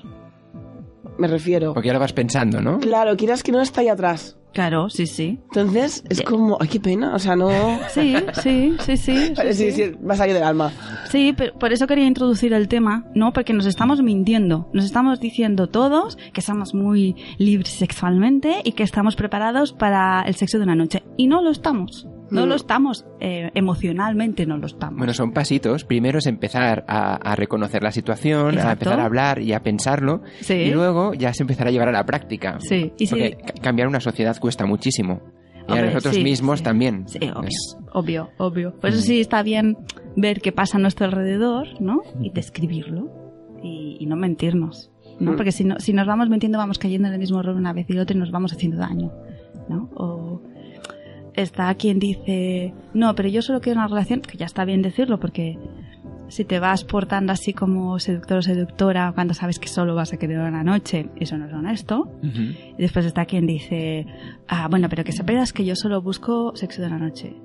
Me refiero. Porque ya lo vas pensando, ¿no? Claro, quieras que no está ahí atrás. Claro, sí, sí. Entonces, es como, ay, qué pena, o sea, no... Sí, sí, sí, sí. Vale, sí, sí, sí, va a salir del alma. Sí, pero por eso quería introducir el tema, ¿no? Porque nos estamos mintiendo. Nos estamos diciendo todos que somos muy libres sexualmente y que estamos preparados para el sexo de una noche. Y no lo estamos. No lo estamos, eh, emocionalmente no lo estamos. Bueno, son pasitos. Primero es empezar a, a reconocer la situación, Exacto. a empezar a hablar y a pensarlo. Sí. Y luego ya se empezará a llevar a la práctica. Sí. Y Porque sí. cambiar una sociedad cuesta muchísimo. Y Hombre, a nosotros sí, mismos sí. también. Sí, obvio, es... obvio, obvio. Por eso sí está bien ver qué pasa a nuestro alrededor, ¿no? Y describirlo. Y, y no mentirnos, ¿no? Porque si, no, si nos vamos mintiendo vamos cayendo en el mismo error una vez y otra y nos vamos haciendo daño, ¿no? O... Está quien dice, no, pero yo solo quiero una relación, que ya está bien decirlo, porque si te vas portando así como seductor o seductora cuando sabes que solo vas a querer una noche, eso no es honesto. Uh-huh. Y después está quien dice, ah, bueno, pero que sepas que yo solo busco sexo de la noche.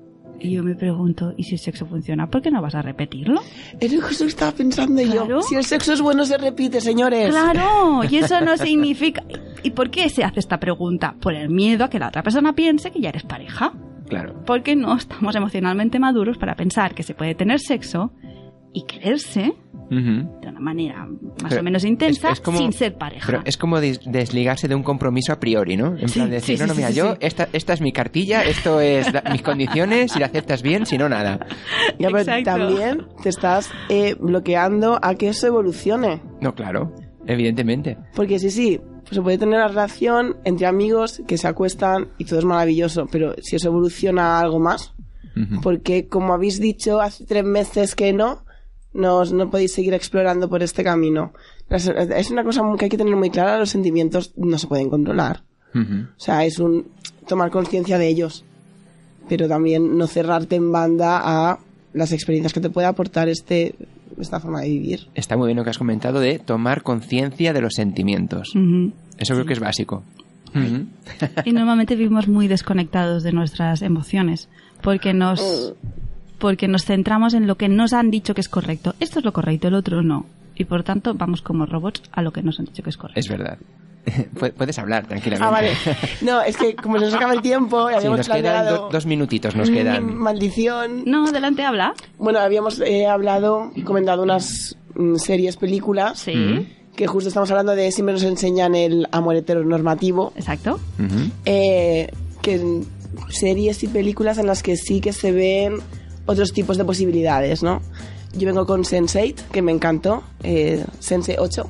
Y yo me pregunto, ¿y si el sexo funciona? ¿Por qué no vas a repetirlo? Es lo que estaba pensando ¿Claro? yo. Si el sexo es bueno, se repite, señores. Claro, y eso no significa... ¿Y por qué se hace esta pregunta? Por el miedo a que la otra persona piense que ya eres pareja. Claro. Porque no estamos emocionalmente maduros para pensar que se puede tener sexo y quererse uh-huh. de una manera más pero o menos intensa es, es como, sin ser pareja. Pero es como des- desligarse de un compromiso a priori, ¿no? En sí, plan de decir, sí, no, no, mira, sí, yo, sí. Esta, esta es mi cartilla, esto es la, mis condiciones, si la aceptas bien, si no, nada. Ya, pero Exacto. también te estás eh, bloqueando a que eso evolucione. No, claro, evidentemente. Porque sí, sí, pues se puede tener una relación entre amigos que se acuestan y todo es maravilloso, pero si eso evoluciona a algo más, uh-huh. porque como habéis dicho hace tres meses que no, No, no podéis seguir explorando por este camino. Es una cosa que hay que tener muy clara, los sentimientos no se pueden controlar. Uh-huh. O sea, es un tomar conciencia de ellos, pero también no cerrarte en banda a las experiencias que te puede aportar este esta forma de vivir. Está muy bien lo que has comentado de tomar conciencia de los sentimientos. Uh-huh. Eso creo que es básico. Uh-huh. Y normalmente vivimos muy desconectados de nuestras emociones, porque nos... Uh. porque nos centramos en lo que nos han dicho que es correcto. Esto es lo correcto, el otro no. Y por tanto vamos como robots a lo que nos han dicho que es correcto. Es verdad. Puedes hablar tranquilamente. Ah, vale. No, es que como se nos acaba el tiempo... Y sí, nos quedan do- dos minutitos, nos quedan. Maldición. No, adelante, habla. Bueno, habíamos eh, hablado y comentado unas mm, series, películas... Sí. Mm-hmm. Que justo estamos hablando de siempre nos enseñan el amor heteronormativo. Exacto. Uh-huh. Eh, que series y películas en las que sí que se ven... otros tipos de posibilidades, ¿no? Yo vengo con sense eight, que me encantó, eh, sense ocho,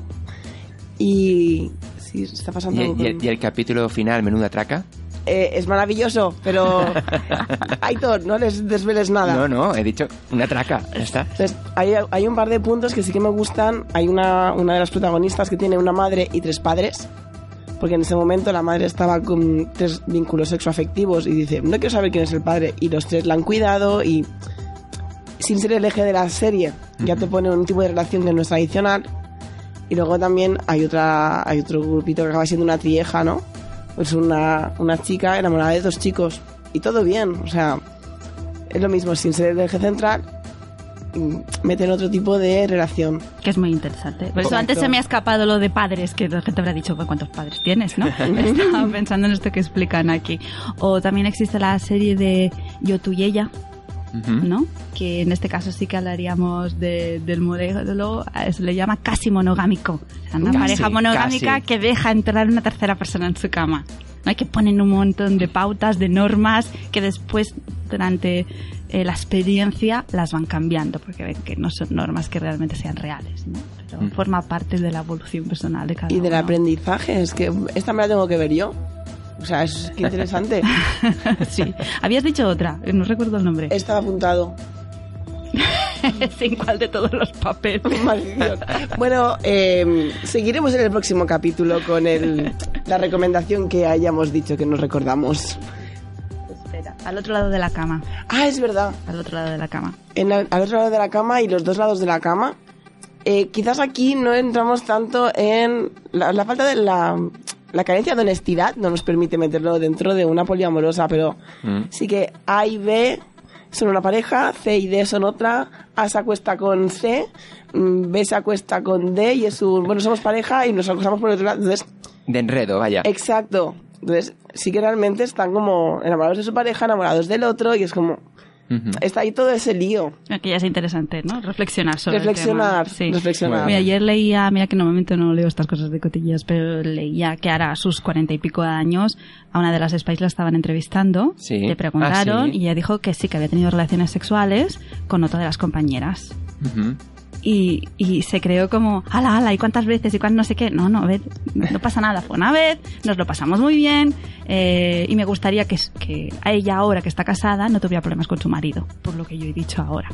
y sí, se está pasando ¿Y, algo y, el, con... ¿Y el capítulo final, menuda traca? Eh, es maravilloso, pero Aitor, no les desveles nada. No, no, he dicho una traca, ya está. Entonces, hay, hay un par de puntos que sí que me gustan. Hay una, una de las protagonistas que tiene una madre y tres padres, porque en ese momento la madre estaba con tres vínculos sexoafectivos y dice, no quiero saber quién es el padre, y los tres la han cuidado y sin ser el eje de la serie ya te pone un tipo de relación que no es tradicional. Y luego también hay otra hay otro grupito que acaba siendo una trieja, ¿no? Pues una, una chica enamorada de dos chicos y todo bien, o sea, es lo mismo, sin ser el eje central meten otro tipo de relación. Que es muy interesante. Por eso antes se me ha escapado lo de padres, que la gente habrá dicho, ¿cuántos padres tienes, no? Estaba pensando en esto que explican aquí. O también existe la serie de Yo, tú y ella, uh-huh. ¿no? Que en este caso sí que hablaríamos de, del modelo, se le llama casi monogámico. O sea, una casi, pareja monogámica casi. Que deja entrar una tercera persona en su cama. ¿No? Hay que ponen un montón de pautas, de normas, que después, durante eh, la experiencia, las van cambiando, porque ven que no son normas que realmente sean reales, ¿no? Pero mm. forma parte de la evolución personal de cada uno. Y del aprendizaje, es que esta me la tengo que ver yo. O sea, es que interesante. Sí. Habías dicho otra, no recuerdo el nombre. Estaba apuntado. ¿Sin cuál de todos los papeles? Bueno, eh, seguiremos en el próximo capítulo con el, la recomendación que hayamos dicho que nos recordamos. Espera, al otro lado de la cama. Ah, es verdad. Al otro lado de la cama. En la, al otro lado de la cama y los dos lados de la cama. Eh, quizás aquí no entramos tanto en la, la falta de la... La carencia de honestidad no nos permite meterlo dentro de una poliamorosa, pero mm. sí que A y B son una pareja, C y D son otra, A se acuesta con C, B se acuesta con D y es un... Bueno, somos pareja y nos acostamos por el otro lado. Entonces, de enredo, vaya. Exacto. Entonces, sí que realmente están como enamorados de su pareja, enamorados del otro y es como... Uh-huh. Está ahí todo ese lío. Aquí ya es interesante, ¿no? Reflexionar sobre reflexionar, el tema. Sí. Reflexionar. Mira, ayer leía, mira que normalmente no leo estas cosas de cotillas, pero leía que ahora a sus cuarenta y pico de años a una de las Spice la estaban entrevistando, sí. Le preguntaron ah, ¿sí? y ella dijo que sí, que había tenido relaciones sexuales con otra de las compañeras. Uh-huh. Y, y se creó como, ala, ala, ¿y cuántas veces? ¿Y cuántas no sé qué? No, no, a ver, no pasa nada. Fue una vez, nos lo pasamos muy bien eh, y me gustaría que, que a ella ahora que está casada no tuviera problemas con su marido, por lo que yo he dicho ahora.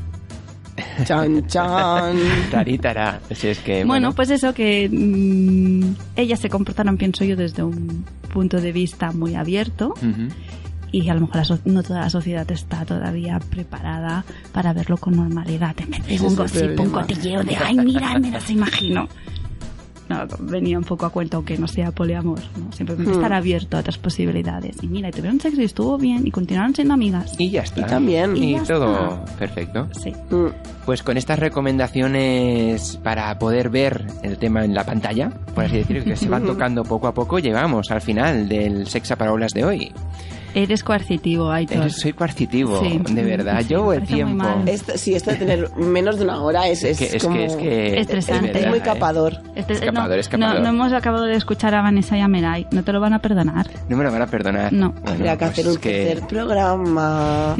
Chan, chan. Taritara. Si es que, bueno. bueno, pues eso, que mmm, ellas se comportaron, pienso yo, desde un punto de vista muy abierto. Uh-huh. Y a lo mejor la so- no toda la sociedad está todavía preparada para verlo con normalidad. En vez de un gossip, un cotilleo de ¡ay, mira, me las imagino! No, venía un poco a cuento aunque no sea poliamor, ¿no? Simplemente hmm. estar abierto a otras posibilidades. Y mira, y tuvieron sexo y estuvo bien y continuaron siendo amigas. Y ya está. Y también. Y, y todo está. Perfecto. Sí. Hmm. Pues con estas recomendaciones para poder ver el tema en la pantalla, por así decirlo, que se van tocando poco a poco, llegamos al final del Sexaparolas de hoy. Eres coercitivo, Aitor. Eres, soy coercitivo, sí. De verdad. Sí, Llevo el tiempo. Esto, sí, esto de tener menos de una hora es, es, es, que, es, como... que, es que estresante. Es, verdad, es muy capador. ¿eh? Es escapador, no, escapador. No, no hemos acabado de escuchar a Vanessa y a Meray. No te lo van a perdonar. No me lo van a perdonar. No. Bueno, Habría que pues hacer un que... tercer programa.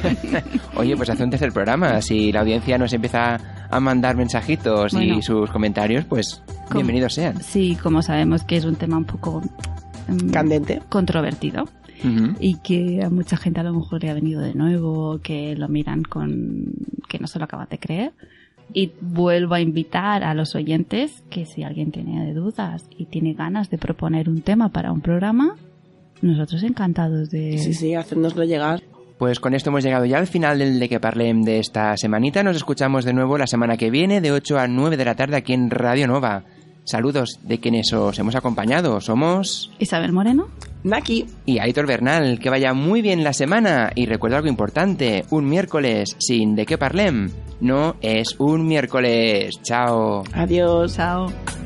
Oye, pues hace un tercer programa. Si la audiencia nos empieza a mandar mensajitos bueno, y sus comentarios, pues como, bienvenidos sean. Sí, como sabemos que es un tema un poco... Um, candente. Controvertido. Uh-huh. Y que a mucha gente a lo mejor le ha venido de nuevo, que lo miran con que no se lo acaban de creer. Y vuelvo a invitar a los oyentes que si alguien tiene dudas y tiene ganas de proponer un tema para un programa, nosotros encantados de... Sí, sí, hacérnoslo llegar. Pues con esto hemos llegado ya al final del De Que Parlem de esta semanita. Nos escuchamos de nuevo la semana que viene de ocho a nueve de la tarde aquí en Radio Nova. Saludos de quienes os hemos acompañado. Somos... Isabel Moreno, Naki y Aitor Bernal. Que vaya muy bien la semana. Y recuerda algo importante. Un miércoles sin De Que Parlem no es un miércoles. Chao. Adiós. Chao.